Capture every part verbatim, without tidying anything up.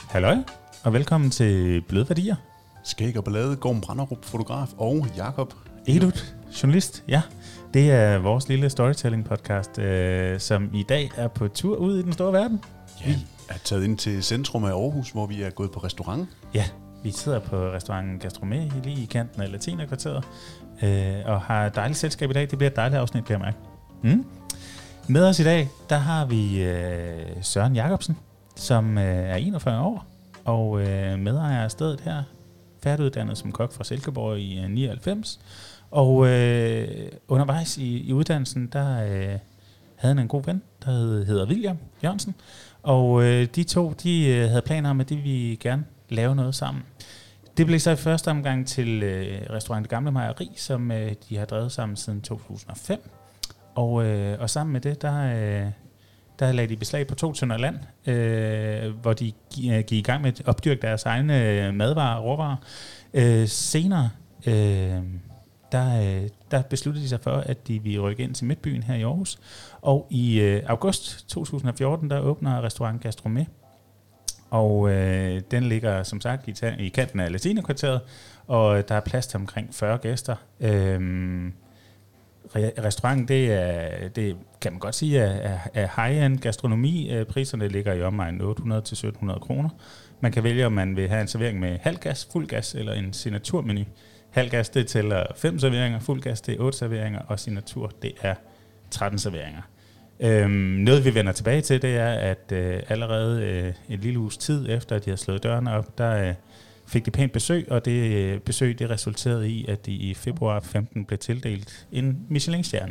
Halløj, og velkommen til Bløde Værdier. Skæg og Ballade, Gorm Branderup, fotograf, og Jakob Edut, journalist. Ja, det er vores lille storytelling-podcast, øh, som i dag er på tur ud i den store verden. Ja, vi er taget ind til centrum af Aarhus, hvor vi er gået på restaurant. Ja, vi sidder på restauranten Gastromé lige i kanten af Latinerkvarteret, øh, og har dejligt selskab i dag. Det bliver et dejligt afsnit, kan jeg mærke. Mm. Med os i dag, der har vi øh, Søren Jacobsen, som øh, er enogfyrre år, og øh, medejer af stedet her, færdiguddannet som kok fra Silkeborg i øh, nioghalvfems. Og øh, undervejs i, i uddannelsen, der øh, havde han en god ven, der hed, hedder William Jørgensen. Og øh, de to, de øh, havde planer om, at de ville gerne lave noget sammen. Det blev så i første omgang til øh, restaurant Det Gamle Mejeri, som øh, de har drevet sammen siden to tusind og fem. Og, øh, og sammen med det, der, øh, der lagde de beslag på to tønder land, øh, hvor de gik i gang med at opdyrke deres egne madvarer og råvarer. Øh, senere, øh, der, øh, der besluttede de sig for, at de ville rykke ind til Midtbyen her i Aarhus. Og i øh, august to tusind og fjorten, der åbner restaurant Gastromé. Og øh, den ligger som sagt i, ta- i kanten af Latinerkvarteret, og der er plads til omkring fyrre gæster. Øh, Restauranten, det er, det kan man godt sige, er, er high-end gastronomi. Priserne ligger i omegnen otte hundrede til sytten hundrede kroner. Man kan vælge, om man vil have en servering med halv gas, fuld gas eller en signaturmenu. Halv gas, det tæller fem serveringer, fuld gas, det er otte serveringer, og signatur, det er tretten serveringer. Øhm, noget, vi vender tilbage til, det er, at øh, allerede øh, en lille uges tid efter, at de har slået dørene op, der øh, fik de pænt besøg, og det øh, besøg det resulterede i, at de i februar femten blev tildelt en Michelin-stjerne.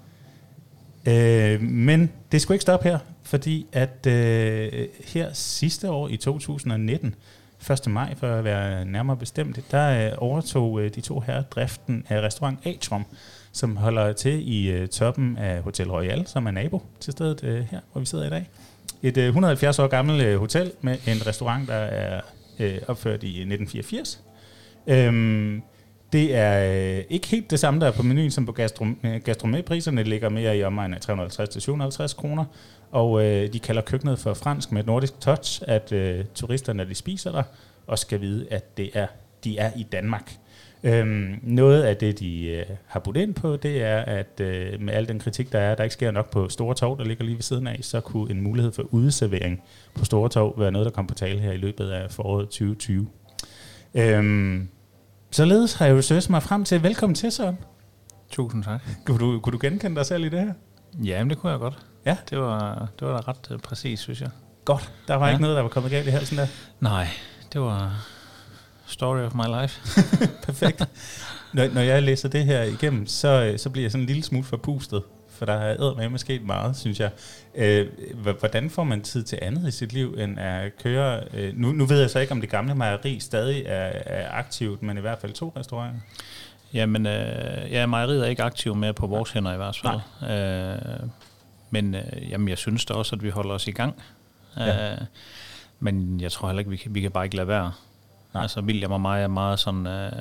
Øh, men det skulle ikke stoppe her, fordi at øh, her sidste år i to tusind og nitten, første maj for at være nærmere bestemt, der øh, overtog øh, de to herrer driften af restaurant Atrium, som holder til i øh, toppen af Hotel Royal, som er nabo til stedet øh, her, hvor vi sidder i dag. Et øh, et hundrede og halvfjerds år gammelt øh, hotel med en restaurant, der er øh, opført i nitten fireogfirs. Øhm, det er øh, ikke helt det samme, der er på menuen som på Gastromé. Priserne ligger mere i omegnen af tre hundrede og halvtreds til syv hundrede og halvtreds kroner, og øh, de kalder køkkenet for fransk med et nordisk touch, at øh, turisterne, når de spiser der, også skal vide, at det er, de er i Danmark. Øhm, noget af det, de øh, har budt ind på, det er, at øh, med al den kritik, der er, der ikke sker nok på Store Torv, der ligger lige ved siden af, så kunne en mulighed for udeservering på Store Torv være noget, der kom på tale her i løbet af foråret tyve tyve. Øhm, således har jeg jo søgt mig frem til. Velkommen til, Søren. Tusind tak. Kunne du, kunne du genkende dig selv i det her? Ja, men det kunne jeg godt. Ja? Det var, det var da ret uh, præcis, synes jeg. Godt. Der var ja. ikke noget, der var kommet galt i halsen der? Nej, det var story of my life. Perfekt. Når, når jeg læser det her igennem, så, så bliver jeg sådan en lille smule forpustet, for der er eddermame sket meget, synes jeg. Øh, hvordan får man tid til andet i sit liv, end at køre? Øh, nu, nu ved jeg så ikke, om Det Gamle Mejeri stadig er, er aktivt, men i hvert fald to restauranter. Jamen, øh, ja, mejeriet er ikke aktiv mere på vores hænder i hvert fald. Øh, men øh, jamen, jeg synes da også, at vi holder os i gang. Ja. Øh, men jeg tror heller ikke, vi kan, vi kan bare ikke lade være. Nej. Altså, William og mig er meget sådan... Øh,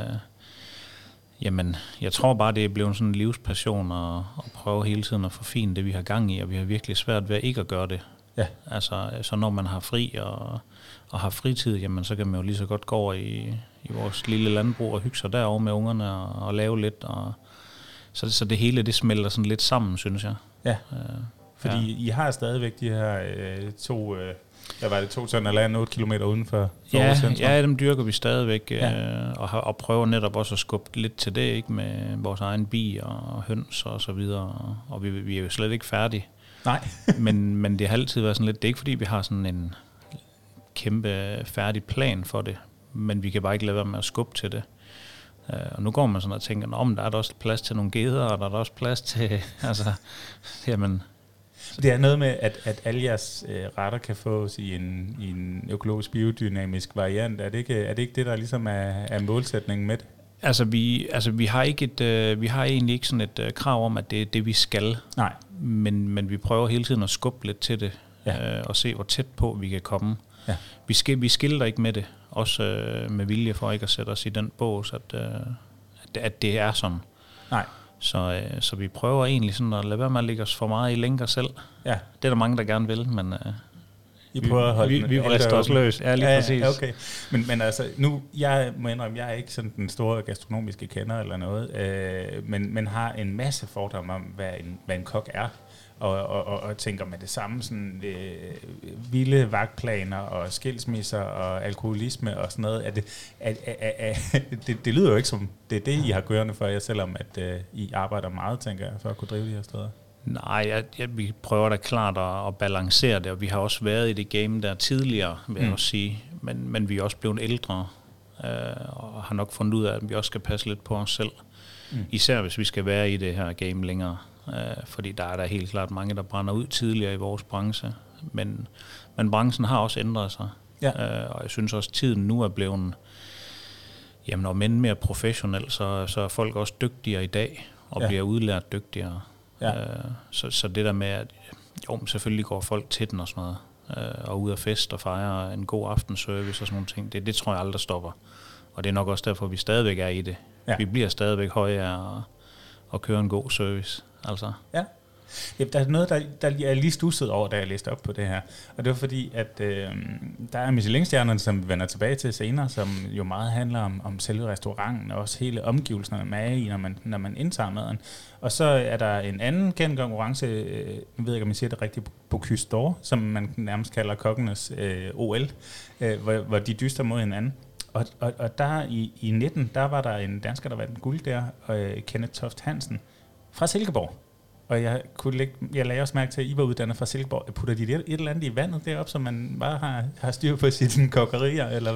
jamen, jeg tror bare, det er blevet sådan en livspassion at, at prøve hele tiden at forfine det, vi har gang i, og vi har virkelig svært ved ikke at gøre det. Ja. Altså, så når man har fri og, og har fritid, jamen, så kan man jo lige så godt gå over i, i vores lille landbrug og hygge sig derovre med ungerne og, og lave lidt. Og, så, så det hele, det smelter sådan lidt sammen, synes jeg. Ja, øh, fordi ja. I har stadigvæk de her øh, to... Øh Der var det to tønder land otte kilometer uden for, for ja, Aarhus. Ja, dem dyrker vi stadigvæk, ja. øh, og, har, og prøver netop også at skubbe lidt til det, ikke, med vores egen bi og høns og så videre. Og, og vi, vi er jo slet ikke færdige. Nej. men, men det har altid været sådan lidt, det er ikke fordi, vi har sådan en kæmpe færdig plan for det, men vi kan bare ikke lade være med at skubbe til det. Uh, og nu går man sådan og tænker, om der er der også plads til nogle geder, og der er der også plads til, altså, jamen... Det er noget med, at, at alle jeres øh, retter kan fås i en, i en økologisk biodynamisk variant. Er det ikke, er det, ikke det, der ligesom er, er målsætningen med det? Altså, vi, altså, vi har ikke et, øh, vi har egentlig ikke sådan et øh, krav om, at det er det, vi skal. Nej. Men, men vi prøver hele tiden at skubbe lidt til det, ja. øh, og se, hvor tæt på vi kan komme. Ja. Vi, skal, vi skilter ikke med det, også øh, med vilje for ikke at sætte os i den bås, at, øh, at, at det er sådan. Nej. Så, øh, så vi prøver egentlig sådan at lade være med at lægge os for meget i lænker selv. Ja. Det er der mange, der gerne vil, men øh, I prøver at holde vi, vi, vi vrister os løs. Ja, lige ja, præcis. Okay. Men, men altså, nu, jeg må indrømme, jeg er ikke sådan den store gastronomiske kender eller noget, øh, men, men har en masse fordomme om, hvad en, hvad en kok er. Og, og, og, og tænker med det samme sådan øh, vilde vagtplaner og skilsmisser og alkoholisme og sådan noget. Er det, er, er, er, det, det lyder jo ikke som, det er det, I har gørende for jer, selvom at øh, I arbejder meget, tænker jeg, for at kunne drive de her steder. Nej, jeg, jeg, vi prøver da klart at, at balancere det, og vi har også været i det game der tidligere, vil mm. jeg også sige. Men, men vi er også blevet ældre, øh, og har nok fundet ud af, at vi også skal passe lidt på os selv. Mm. Især hvis vi skal være i det her game længere. Øh, fordi der er der helt klart mange, der brænder ud tidligere i vores branche. Men, men branchen har også ændret sig. Ja. Øh, og jeg synes også, at tiden nu er blevet, jamen når mænd mere professionel, så, så er folk også dygtigere i dag, og ja. bliver udlært dygtigere. Ja. Øh, så, så det der med, at jo, selvfølgelig går folk til den og sådan noget, øh, og ud af fest og fejre en god aftenservice og sådan nogle ting, det, det tror jeg aldrig stopper. Og det er nok også derfor, vi stadigvæk er i det. Ja. Vi bliver stadigvæk højere og, og kører en god service. Altså. Ja. Ja, der er noget, der, der er lige stusset over, da jeg læste op på det her. Og det var fordi, at øh, der er Michelin-stjernerne, som vi vender tilbage til senere, som jo meget handler om, om selve restauranten, og også hele omgivelserne med i, når man, når man indtager maden. Og så er der en anden kendt konkurrence, øh, jeg ved ikke, om jeg siger det rigtigt, Bocuse d'Or, som man nærmest kalder kokkenes øh, O L, øh, hvor, hvor de dyster mod hinanden. Og, og, og der i, i nitten, der var der en dansker, der vandt guld der, øh, Kenneth Toft Hansen, fra Silkeborg. Og jeg, kunne lægge, jeg lagde også mærke til, at I var uddannet fra Silkeborg. Putter de et, et eller andet i vandet deroppe, så man bare har, har styr på sine kokkerier? Eller?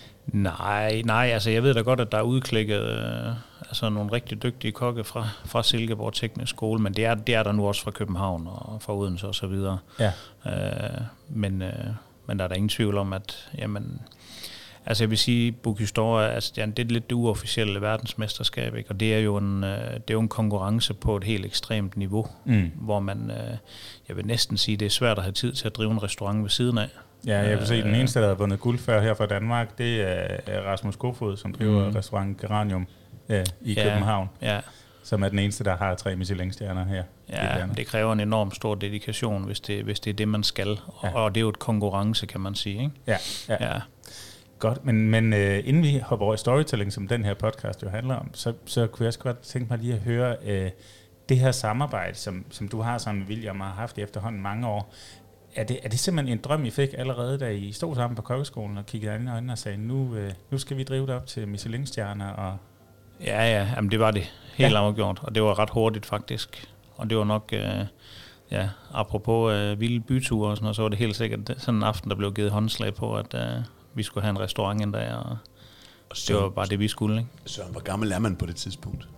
Nej, nej, altså jeg ved da godt, at der er udklikket øh, altså nogle rigtig dygtige kokke fra, fra Silkeborg Teknisk Skole, men det er, det er der nu også fra København og fra Odense og så videre. Ja. Øh, men, øh, men der er der ingen tvivl om, at jamen, altså jeg vil sige, Bocuse d'Or, altså, ja, det er lidt det uofficielle verdensmesterskab, ikke? Og det er jo en, det er jo en konkurrence på et helt ekstremt niveau, mm. hvor man, jeg vil næsten sige, det er svært at have tid til at drive en restaurant ved siden af. Ja, jeg vil se, den eneste, der har vundet guld før her fra Danmark, det er Rasmus Kofod, som driver mm. restaurant Geranium ja, i ja, København. Ja. Som er den eneste, der har tre Michelin-stjerner her. Ja, det kræver en enorm stor dedikation, hvis det, hvis det er det, man skal. Ja. Og det er jo et konkurrence, kan man sige, ikke? Ja, ja. ja. Godt, men, men uh, inden vi hopper over i storytelling, som den her podcast jo handler om, så, så kunne jeg også godt tænke mig lige at høre uh, det her samarbejde, som, som du har sammen med William og har haft i efterhånden mange år. Er det, er det simpelthen en drøm, I fik allerede, da I stod sammen på kokkeskolen og kiggede ind i øjnene og sagde, nu, uh, nu skal vi drive det op til Michelin-stjerner? Og ja, ja, jamen, det var det helt ja. afgjort, og det var ret hurtigt faktisk. Og det var nok, uh, ja, apropos uh, vilde byture og sådan noget, så var det helt sikkert sådan en aften, der blev givet håndslag på, at Uh, vi skulle have en restaurant en dag, og, og det var bare det, vi skulle. Ikke? Søren, hvor gammel er man på det tidspunkt?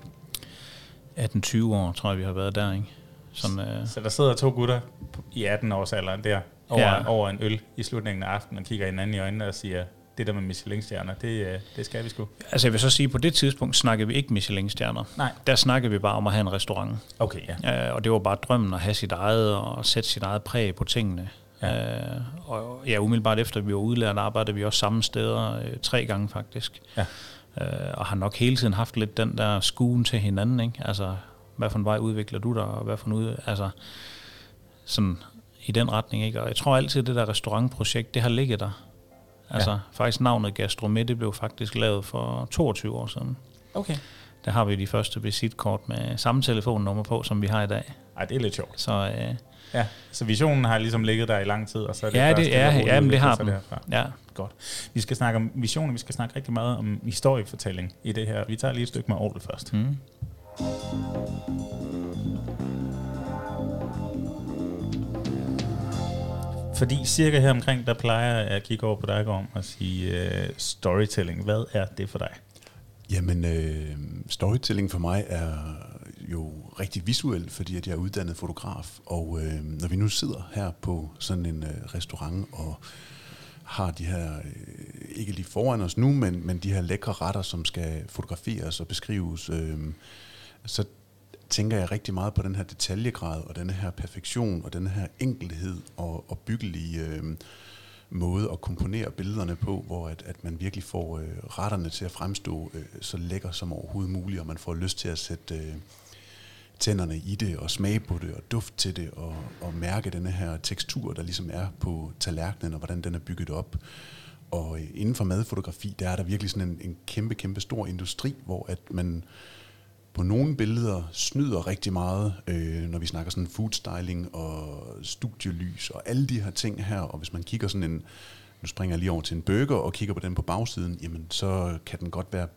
atten tyve år, tror jeg, vi har været der. Ikke? Sådan, øh så der sidder to gutter i atten-årsalderen der, over, ja. over en øl i slutningen af aftenen, og kigger hinanden i øjnene og siger, det der med Michelin-stjerner, det, det skal vi sgu. Altså jeg vil så sige, på det tidspunkt snakkede vi ikke Michelin-stjerner. Nej. Der snakkede vi bare om at have en restaurant. Okay, ja. Øh, og det var bare drømmen at have sit eget, og sætte sit eget præg på tingene. Ja. Øh, og ja, umiddelbart efter vi var udlært, arbejdede vi også samme steder øh, tre gange faktisk. Ja. Øh, og har nok hele tiden haft lidt den der skuen til hinanden, ikke? Altså, hvad for en vej udvikler du dig, og hvad for en ud... Altså, sådan i den retning, ikke? Og jeg tror altid, det der restaurantprojekt, det har ligget der. Altså, ja. faktisk navnet Gastromet, det blev faktisk lavet for toogtyve år siden. Okay. Der har vi de første visitkort med samme telefonnummer på, som vi har i dag. Ej, det er lidt sjovt. Så... Øh, Ja, så visionen har ligesom ligget der i lang tid, og så er det ja, første, det, ja, ja, men det har den. Ja, godt. Vi skal snakke om visionen, vi skal snakke rigtig meget om historiefortælling i det her. Vi tager lige et stykke med ordet først. Mm. Fordi cirka her omkring, der plejer jeg at kigge over på dig, Gorm, og sige uh, storytelling. Hvad er det for dig? Jamen, øh, storytelling for mig er jo rigtig visuel, fordi at jeg er uddannet fotograf, og øh, når vi nu sidder her på sådan en øh, restaurant og har de her, øh, ikke lige foran os nu, men, men de her lækre retter, som skal fotograferes og beskrives, øh, så tænker jeg rigtig meget på den her detaljegrad og den her perfektion og den her enkelhed og, og byggelige øh, måde at komponere billederne på, hvor at, at man virkelig får øh, retterne til at fremstå øh, så lækker som overhovedet muligt, og man får lyst til at sætte øh, tænderne i det, og smage på det, og duft til det, og, og mærke denne her tekstur, der ligesom er på tallerkenen, og hvordan den er bygget op. Og inden for madfotografi, der er der virkelig sådan en, en kæmpe, kæmpe stor industri, hvor at man på nogle billeder snyder rigtig meget, øh, når vi snakker sådan food styling og studielys og alle de her ting her. Og hvis man kigger sådan en, nu springer jeg lige over til en burger og kigger på den på bagsiden, jamen så kan den godt være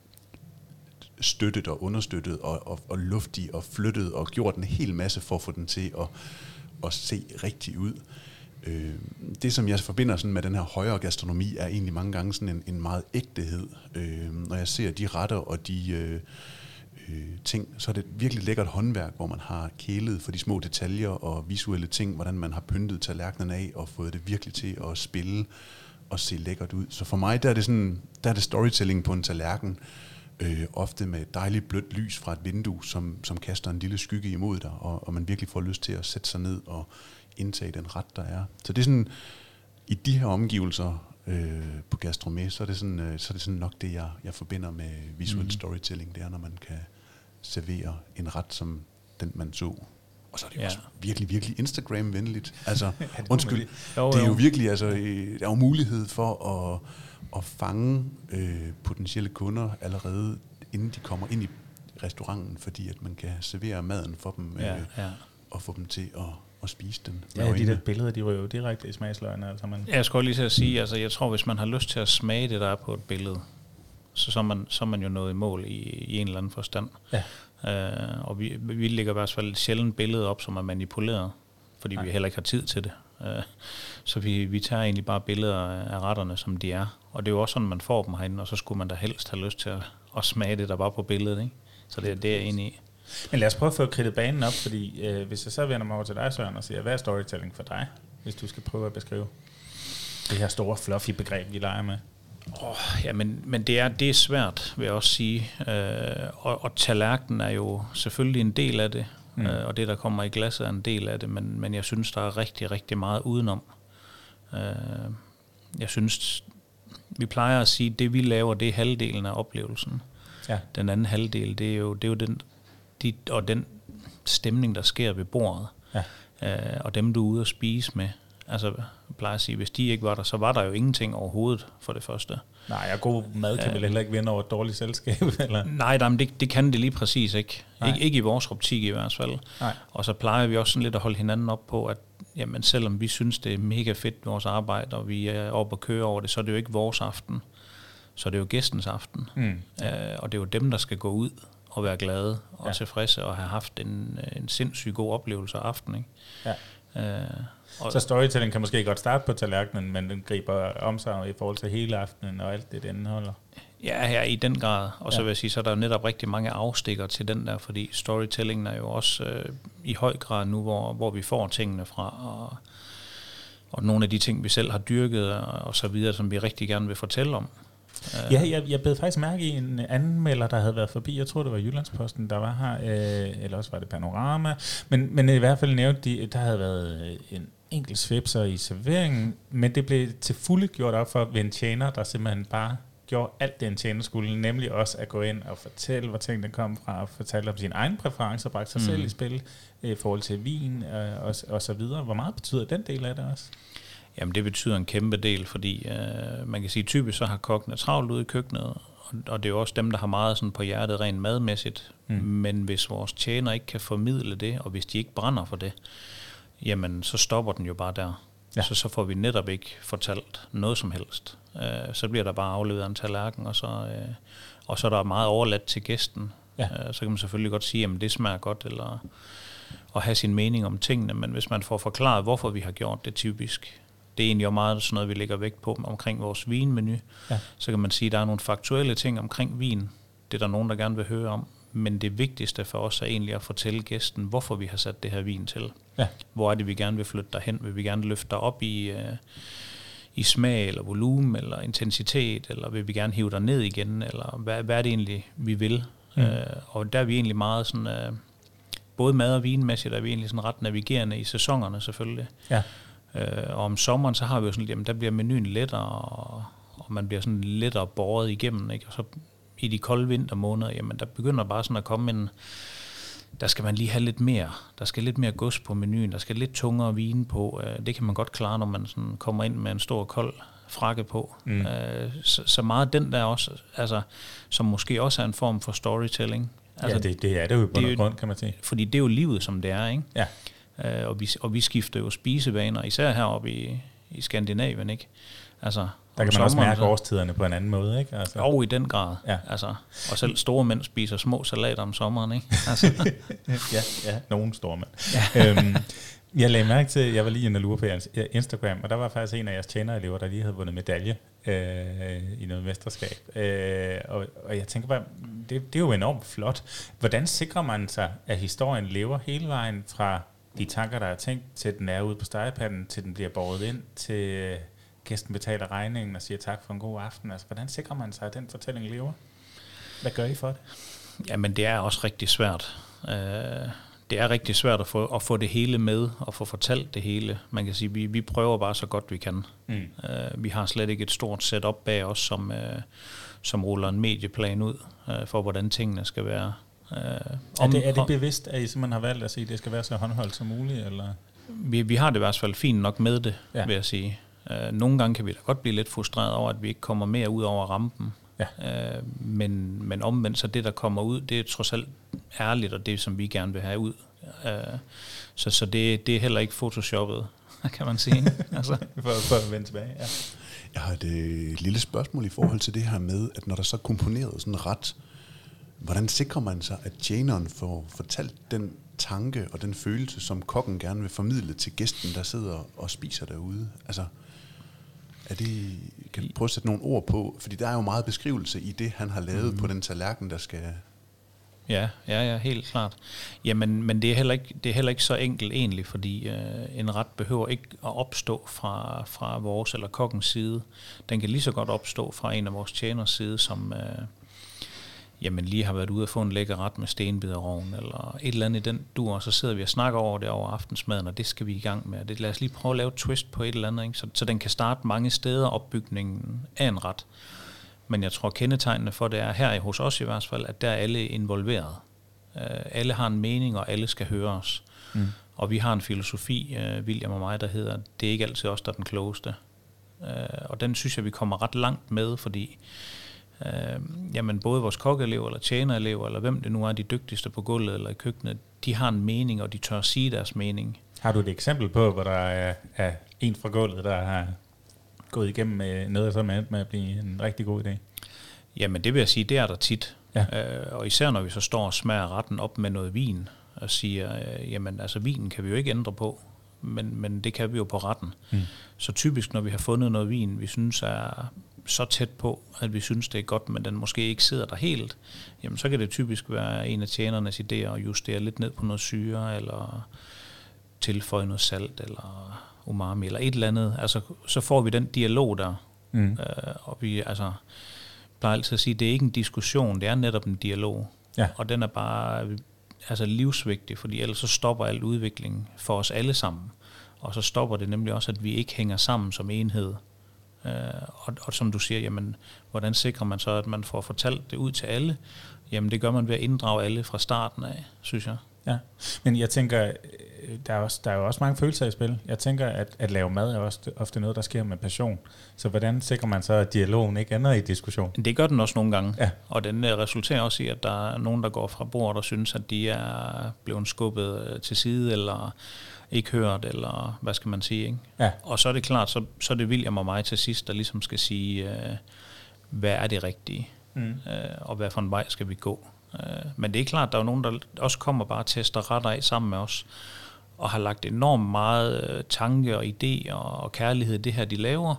støttet og understøttet og, og, og luftig og flyttet og gjort en hel masse for at få den til at, at se rigtig ud. Øh, det, som jeg forbinder sådan med den her højere gastronomi, er egentlig mange gange sådan en, en meget ægtehed. Øh, når jeg ser de retter og de øh, øh, ting, så er det virkelig lækkert håndværk, hvor man har kælet for de små detaljer og visuelle ting, hvordan man har pyntet tallerkenen af og fået det virkelig til at spille og se lækkert ud. Så for mig, der er det, sådan, der er det storytelling på en tallerken, øh, ofte med dejligt blødt lys fra et vindue, som, som kaster en lille skygge imod dig, og, og man virkelig får lyst til at sætte sig ned og indtage den ret, der er. Så det er sådan, i de her omgivelser øh, på Gastromé, så er det sådan, øh, så er det sådan nok det, jeg, jeg forbinder med visuel mm. storytelling. Det er, når man kan servere en ret som den, man så. Og så er det jo ja. også virkelig, virkelig Instagram-venligt. Altså, ja, det undskyld, jo, det er jo virkelig, altså, der er jo mulighed for at, at fange øh, potentielle kunder allerede, inden de kommer ind i restauranten, fordi at man kan servere maden for dem øh, ja, ja. og få dem til at og spise den. Ja, de der billeder, de ryger jo direkte i smagsløgene. Altså man jeg skulle lige til at sige, altså jeg tror, hvis man har lyst til at smage det, der er på et billede, så, så, er, man, så er man jo nået i mål i, i en eller anden forstand. Ja. Uh, og vi, vi lægger i hvert fald et sjældent billede op, som er manipuleret, fordi Nej. vi heller ikke har tid til det. Uh, så vi, vi tager egentlig bare billeder af retterne, som de er. Og det er jo også sådan, man får dem herinde, og så skulle man da helst have lyst til at, at smage det, der var på billedet. Ikke? Så det er det, jeg er enig i. Men lad os prøve at få kridtet banen op, fordi øh, hvis jeg så vender mig over til dig, Søren, og siger, hvad er storytelling for dig, hvis du skal prøve at beskrive det her store, fluffy begreb, vi leger med? Oh, ja, men, men det, er, det er svært, vil jeg også sige. Øh, og, og tallerkenen er jo selvfølgelig en del af det, mm. øh, og det, der kommer i glasset, er en del af det, men, men jeg synes, der er rigtig, rigtig meget udenom. Øh, jeg synes, vi plejer at sige, at det, vi laver, det er halvdelen af oplevelsen. Ja. Den anden halvdel, det er jo, det er jo den... De, og den stemning, der sker ved bordet, ja. øh, og dem, du er ude at spise med. Altså, jeg plejer at sige, hvis de ikke var der, så var der jo ingenting overhovedet for det første. Nej, og god mad kan øh, vel heller ikke vinde over et dårligt selskab, eller? Nej, nej, men det, det kan det lige præcis ikke. Ik- ikke i vores optik i hvert fald. Nej. Og så plejer vi også sådan lidt at holde hinanden op på, at jamen, selvom vi synes, det er mega fedt vores arbejde, og vi er oppe og køre over det, så er det jo ikke vores aften. Så er det jo gæstens aften. Mm. Øh, og det er jo dem, der skal gå ud og være glade og ja. tilfredse og have haft en, en sindssygt god oplevelse af aftenen. Ikke? Ja. Øh, så storytelling kan måske godt starte på tallerkenen, men den griber om sig i forhold til hele aftenen og alt det, den indeholder. Ja, her i den grad. Og ja. så vil jeg sige, så er der jo netop rigtig mange afstikker til den der, fordi storytellingen er jo også øh, i høj grad nu, hvor, hvor vi får tingene fra, og, og nogle af de ting, vi selv har dyrket og, og så videre, som vi rigtig gerne vil fortælle om. Ja, jeg, jeg bed faktisk mærke i en anmelder, der havde været forbi. Jeg tror, det var Jyllandsposten, der var her. Øh, eller også var det Panorama. Men, men i hvert fald nævnte de, der havde været en enkelt svipser i serveringen. Men det blev til fulde gjort op for ved en tjener, der simpelthen bare gjorde alt det, en tjener skulle. Nemlig også at gå ind og fortælle, hvor tingene kom fra. Og fortælle om sine egne præferencer, bragte sig mm. selv i spil øh, i forhold til vin øh, og, og så videre. Hvor meget betyder den del af det også? Jamen det betyder en kæmpe del, fordi øh, man kan sige, typisk så har kokkene travlt ude i køkkenet, og, og det er jo også dem, der har meget sådan på hjertet rent madmæssigt. Mm. Men hvis vores tjener ikke kan formidle det, og hvis de ikke brænder for det, jamen så stopper den jo bare der. Ja. Så, så får vi netop ikke fortalt noget som helst. Øh, så bliver der bare afleveret en tallerken, og så, øh, og så er der meget overladt til gæsten. Ja. Øh, så kan man selvfølgelig godt sige, at det smager godt, eller at have sin mening om tingene, men hvis man får forklaret, hvorfor vi har gjort det typisk, det er egentlig også meget sådan noget, vi lægger vægt på omkring vores vinmenu. Ja. Så kan man sige, at der er nogle faktuelle ting omkring vin. Det er der nogen, der gerne vil høre om. Men det vigtigste for os er egentlig at fortælle gæsten, hvorfor vi har sat det her vin til. Ja. Hvor er det, vi gerne vil flytte derhen? Vil vi gerne løfte dig op i, øh, i smag, eller volumen, eller intensitet? Eller vil vi gerne hive dig ned igen? Eller hvad, hvad er det egentlig, vi vil? Mm. Øh, og der er vi egentlig meget sådan... Øh, både mad- og vinmæssigt er vi egentlig sådan ret navigerende i sæsonerne selvfølgelig. Ja. Øh, og om sommeren, så har vi jo sådan, jamen der bliver menuen lettere, og, og man bliver sådan lettere båret igennem, ikke? Og så i de kolde vintermåneder, jamen der begynder bare sådan at komme en, der skal man lige have lidt mere. Der skal lidt mere gods på menuen, der skal lidt tungere vin på. Det kan man godt klare, når man sådan kommer ind med en stor kold frakke på. Mm. Så, så meget den der også, altså, som måske også er en form for storytelling. Altså, ja, det, det er det jo på noget grund, kan man sige. Fordi det er jo livet, som det er, ikke? Ja. Uh, og, vi, og vi skifter jo spisevaner, især heroppe i, i Skandinavien, ikke? Altså, der kan man også mærke så, årstiderne på en anden måde, ikke? Altså. Og i den grad. Ja. Altså, og selv store mænd spiser små salater om sommeren, ikke? Altså. ja, ja, nogle store mænd. Ja. øhm, jeg lagde mærke til, jeg var lige inde og lure på jeres Instagram, og der var faktisk en af jeres tjenerelever, der lige havde vundet medalje øh, i noget mesterskab. Øh, og, og jeg tænker bare, det, det er jo enormt flot. Hvordan sikrer man sig, at historien lever hele vejen fra de tanker, der er tænkt, til den er ude på stegepanden, til den bliver båret ind, til gæsten betaler regningen og siger tak for en god aften. Altså, hvordan sikrer man sig, at den fortælling lever? Hvad gør I for det? Jamen, det er også rigtig svært. Øh, det er rigtig svært at få, at få det hele med, og få fortalt det hele. Man kan sige, vi, vi prøver bare så godt vi kan. Mm. Øh, vi har slet ikke et stort setup bag os, som, øh, som ruller en medieplan ud, øh, for hvordan tingene skal være. Øh, om, er, det, er det bevidst, at I simpelthen har valgt at sige, at det skal være så håndholdt som muligt? Eller? Vi, vi har det i hvert fald fint nok med det, ja. Vil jeg sige. Uh, nogle gange kan vi da godt blive lidt frustreret over, at vi ikke kommer mere ud over rampen. Ja. Uh, men, men omvendt, så det, der kommer ud, det er trods alt ærligt, og det, som vi gerne vil have ud. Uh, så så det, det er heller ikke photoshoppet, kan man sige. altså. for, for at vende tilbage, ja. Jeg har et, et lille spørgsmål i forhold til det her med, at når der så er komponeret sådan en ret, hvordan sikrer man sig, at tjeneren får fortalt den tanke og den følelse, som kokken gerne vil formidle til gæsten, der sidder og spiser derude? Altså, er det, kan du prøve at sætte nogle ord på? Fordi der er jo meget beskrivelse i det, han har lavet mm. på den tallerken, der skal... Ja, ja, ja, helt klart. Jamen, men det er heller ikke, det er heller ikke så enkelt egentlig, fordi øh, en ret behøver ikke at opstå fra, fra vores eller kokkens side. Den kan lige så godt opstå fra en af vores tjeners side, som... Øh, jamen lige har været ude og få en lækker ret med stenbiderrovn, eller et eller andet i den dur, og så sidder vi og snakker over det over aftensmaden, og det skal vi i gang med. Det, lad os lige prøve at lave et twist på et eller andet, ikke? Så, så den kan starte mange steder, opbygningen af en ret. Men jeg tror, kendetegnene for det er her hos os i hvert fald, at der er alle involveret. Uh, alle har en mening, og alle skal høre os. Mm. Og vi har en filosofi, uh, William og mig, der hedder, det er ikke altid os, der er den klogeste. Uh, og den synes jeg, vi kommer ret langt med, fordi Uh, jamen både vores kokkeelever eller tjenerelever, eller hvem det nu er, de dygtigste på gulvet eller i køkkenet, de har en mening, og de tør at sige deres mening. Har du et eksempel på, hvor der er, er en fra gulvet, der har gået igennem med noget, som er endt med at blive en rigtig god idé? Jamen det vil jeg sige, det er der tit. Ja. Uh, og især når vi så står og smager retten op med noget vin, og siger, uh, jamen altså vinen kan vi jo ikke ændre på, men, men det kan vi jo på retten. Mm. Så typisk, når vi har fundet noget vin, vi synes er så tæt på, at vi synes, det er godt, men den måske ikke sidder der helt, jamen så kan det typisk være en af tjenernes idéer at justere lidt ned på noget syre, eller tilføje noget salt, eller umami, eller et eller andet. Altså, så får vi den dialog der. Mm. Øh, og vi altså, plejer altid at sige, at det er ikke en diskussion, det er netop en dialog. Ja. Og den er bare altså, livsvigtig, fordi ellers så stopper al udvikling for os alle sammen. Og så stopper det nemlig også, at vi ikke hænger sammen som enhed. Uh, og, og som du siger, jamen, hvordan sikrer man så, at man får fortalt det ud til alle? Jamen, det gør man ved at inddrage alle fra starten af, synes jeg. Ja, men jeg tænker, der er, også, der er jo også mange følelser i spil. Jeg tænker, at at lave mad er også ofte noget, der sker med passion. Så hvordan sikrer man så, at dialogen ikke ender i diskussion? Det gør den også nogle gange, ja. Og den resulterer også i, at der er nogen, der går fra bordet og synes, at de er blevet skubbet til side, eller ikke hørt, eller hvad skal man sige, ikke? Ja. Og så er det klart, så, så er det William og mig til sidst, der ligesom skal sige, øh, hvad er det rigtige, mm. øh, og hvad for en vej skal vi gå. Øh, men det er klart, der er nogen, der også kommer bare og tester ret af sammen med os, og har lagt enormt meget øh, tanke og idé og, og kærlighed i det her, de laver.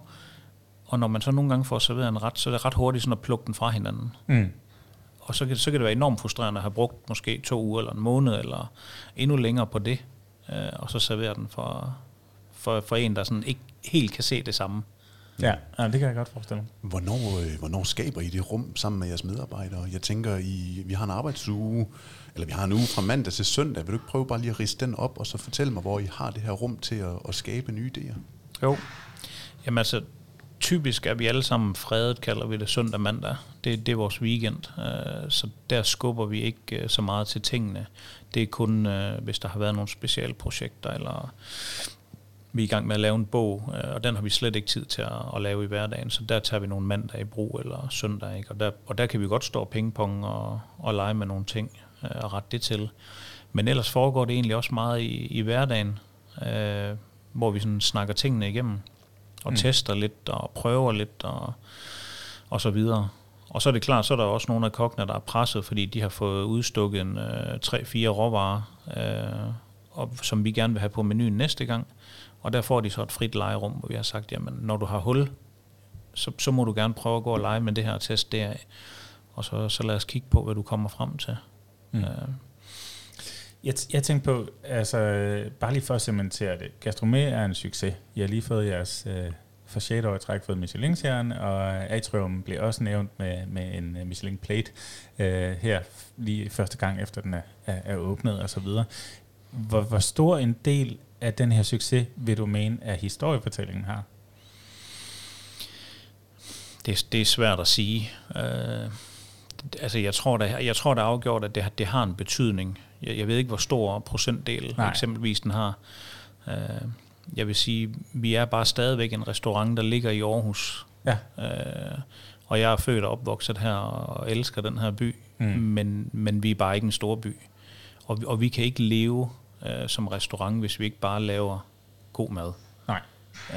Og når man så nogle gange får serveret en ret, så er det ret hurtigt sådan at plukke den fra hinanden. Mm. Og så kan, så kan det være enormt frustrerende at have brugt måske to uger eller en måned, eller endnu længere på det, øh, og så servere den for, for, for en, der sådan ikke helt kan se det samme. Ja, ja, det kan jeg godt forestille mig. Hvornår, øh, hvornår skaber I det rum sammen med jeres medarbejdere? Jeg tænker, I, vi har en arbejdsuge, eller vi har en uge fra mandag til søndag. Vil du ikke prøve bare lige at riste den op, og så fortælle mig, hvor I har det her rum til at, at skabe nye idéer? Jo. Jamen altså, typisk er vi alle sammen fredet, kalder vi det, søndag mandag. Det, det er vores weekend, øh, så der skubber vi ikke øh, så meget til tingene. Det er kun, øh, hvis der har været nogle specielle projekter, eller vi er i gang med at lave en bog, øh, og den har vi slet ikke tid til at, at lave i hverdagen, så der tager vi nogle mandag i brug, eller søndag, ikke? Og, der, og der kan vi godt stå og pingpong og, og lege med nogle ting øh, og rette det til. Men ellers foregår det egentlig også meget i, i hverdagen, øh, hvor vi sådan snakker tingene igennem, og mm. tester lidt, og prøver lidt, og, og så videre. Og så er det klart, så er der også nogle af kokkene, der er presset, fordi de har fået udstukket en øh, tre-fire råvarer, øh, og, som vi gerne vil have på menuen næste gang. Og der får de så et frit legerum, hvor vi har sagt, jamen når du har hul, så, så må du gerne prøve at gå og lege med det her og teste det af. Og så, så lad os kigge på, hvad du kommer frem til. Mm. Øh. Jeg, jeg tænkte på, altså bare lige for at cementere det. Gastromé er en succes. I har lige fået jeres øh, for sjette år i træk fået Michelin-stjerne, og Atrium blev også nævnt med, med en Michelin Plate øh, her lige første gang efter den er, er, er åbnet og så videre. Hvor, hvor stor en del af den her succes vil du mene, at historiefortællingen har? Det, det er svært at sige. Øh, altså jeg tror, der, jeg tror, der er afgjort, at det, det har en betydning. Jeg, jeg ved ikke, hvor stor procentdel Nej. eksempelvis den har. Øh, jeg vil sige, vi er bare stadigvæk en restaurant, der ligger i Aarhus. Ja. Øh, og jeg er født og opvokset her og elsker den her by, mm. men, men vi er bare ikke en stor by. Og, og vi kan ikke leve øh, som restaurant, hvis vi ikke bare laver god mad. Nej. Øh,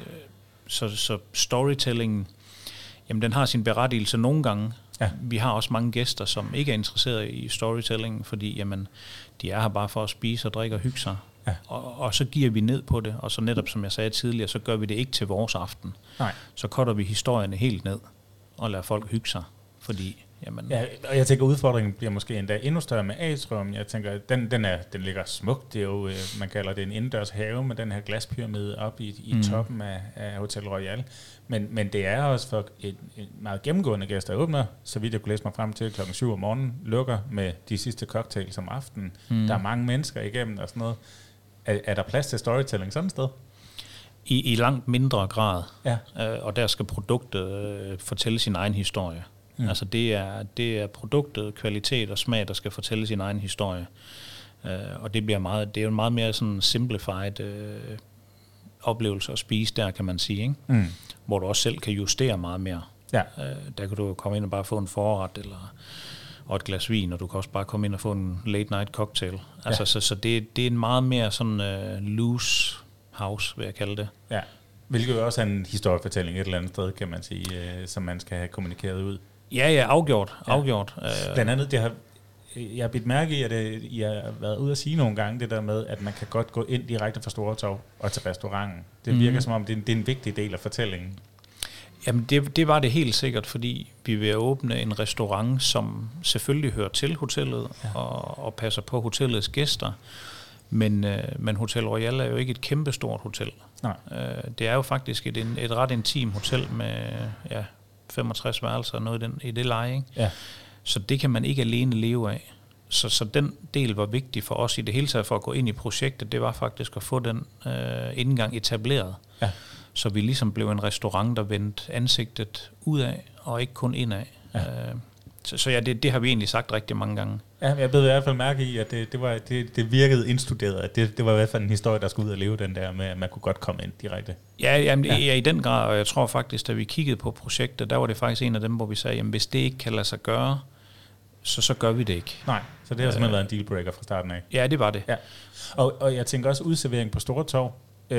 så, så storytelling, jamen den har sin berettigelse nogle gange. Ja. Vi har også mange gæster, som ikke er interesseret i storytelling, fordi jamen, de er her bare for at spise og drikke og hygge sig. Ja. Og, og så giver vi ned på det, og så netop som jeg sagde tidligere, så gør vi det ikke til vores aften. Nej. Så cutter vi historierne helt ned og lader folk hygge sig, fordi jamen, ja, og jeg tænker, udfordringen bliver måske endda endnu større med Atrium. Jeg tænker, den, den, er, den ligger smukt. Det er jo, man kalder det en indendørs have med den her glaspyramide op i, i mm. toppen af, af Hotel Royal. Men, men det er også for et, et meget gennemgående gæst, der åbner, så vidt jeg kunne læse mig frem til klokken syv om morgenen, lukker med de sidste cocktails om aftenen. Mm. Der er mange mennesker igennem og sådan noget. Er, er der plads til storytelling sådan et sted? I, i langt mindre grad. Ja. Øh, og der skal produktet øh, fortælle sin egen historie. Mm. Altså det er, det er produktet, kvalitet og smag, der skal fortælle sin egen historie. Uh, og det bliver meget, det er jo en meget mere sådan simplified uh, oplevelse at spise der, kan man sige, ikke? Mm. Hvor du også selv kan justere meget mere. Ja. Uh, der kan du komme ind og bare få en forret eller og et glas vin, og du kan også bare komme ind og få en late night cocktail. Altså, ja. så, så det, det er en meget mere sådan uh, loose house, vil jeg kalde det. Ja. Hvilket jo også er en historiefortælling et eller andet sted, kan man sige, uh, som man skal have kommunikeret ud. Ja, ja, afgjort. afgjort. Ja. Blandt andet, det har, jeg har bidt mærke i, at det, jeg har været ude at sige nogle gange, det der med, at man kan godt gå ind direkte fra Stortorv og til restauranten. Det virker mm. som om, det er, det er en vigtig del af fortællingen. Jamen, det, det var det helt sikkert, fordi vi vil åbne en restaurant, som selvfølgelig hører til hotellet ja. og, og passer på hotellets gæster. Men, øh, men Hotel Royal er jo ikke et kæmpestort hotel. Nej. Øh, det er jo faktisk et, et ret intimt hotel med ja, femogtres værelser og noget i, den, i det leje. Ikke? Ja. Så det kan man ikke alene leve af. Så, så den del var vigtig for os i det hele taget for at gå ind i projektet. Det var faktisk at få den øh, indgang etableret. Ja. Så vi ligesom blev en restaurant, der vendte ansigtet ud af og ikke kun indad. Ja. Øh, så, så ja, det, det har vi egentlig sagt rigtig mange gange. Ja, jeg blev i hvert fald mærke i, at det, det, var, det, det virkede indstuderet. At det, det var i hvert fald en historie, der skulle ud og leve den der med, at man kunne godt komme ind direkte. Ja, jamen, ja. ja, i den grad, og jeg tror faktisk, da vi kiggede på projektet, der var det faktisk en af dem, hvor vi sagde, jamen hvis det ikke kan lade sig gøre, så, så gør vi det ikke. Nej, så det har simpelthen øh, været en dealbreaker fra starten af. Ja, det var det. Ja. Og, og jeg tænker også udservering på Stortorv.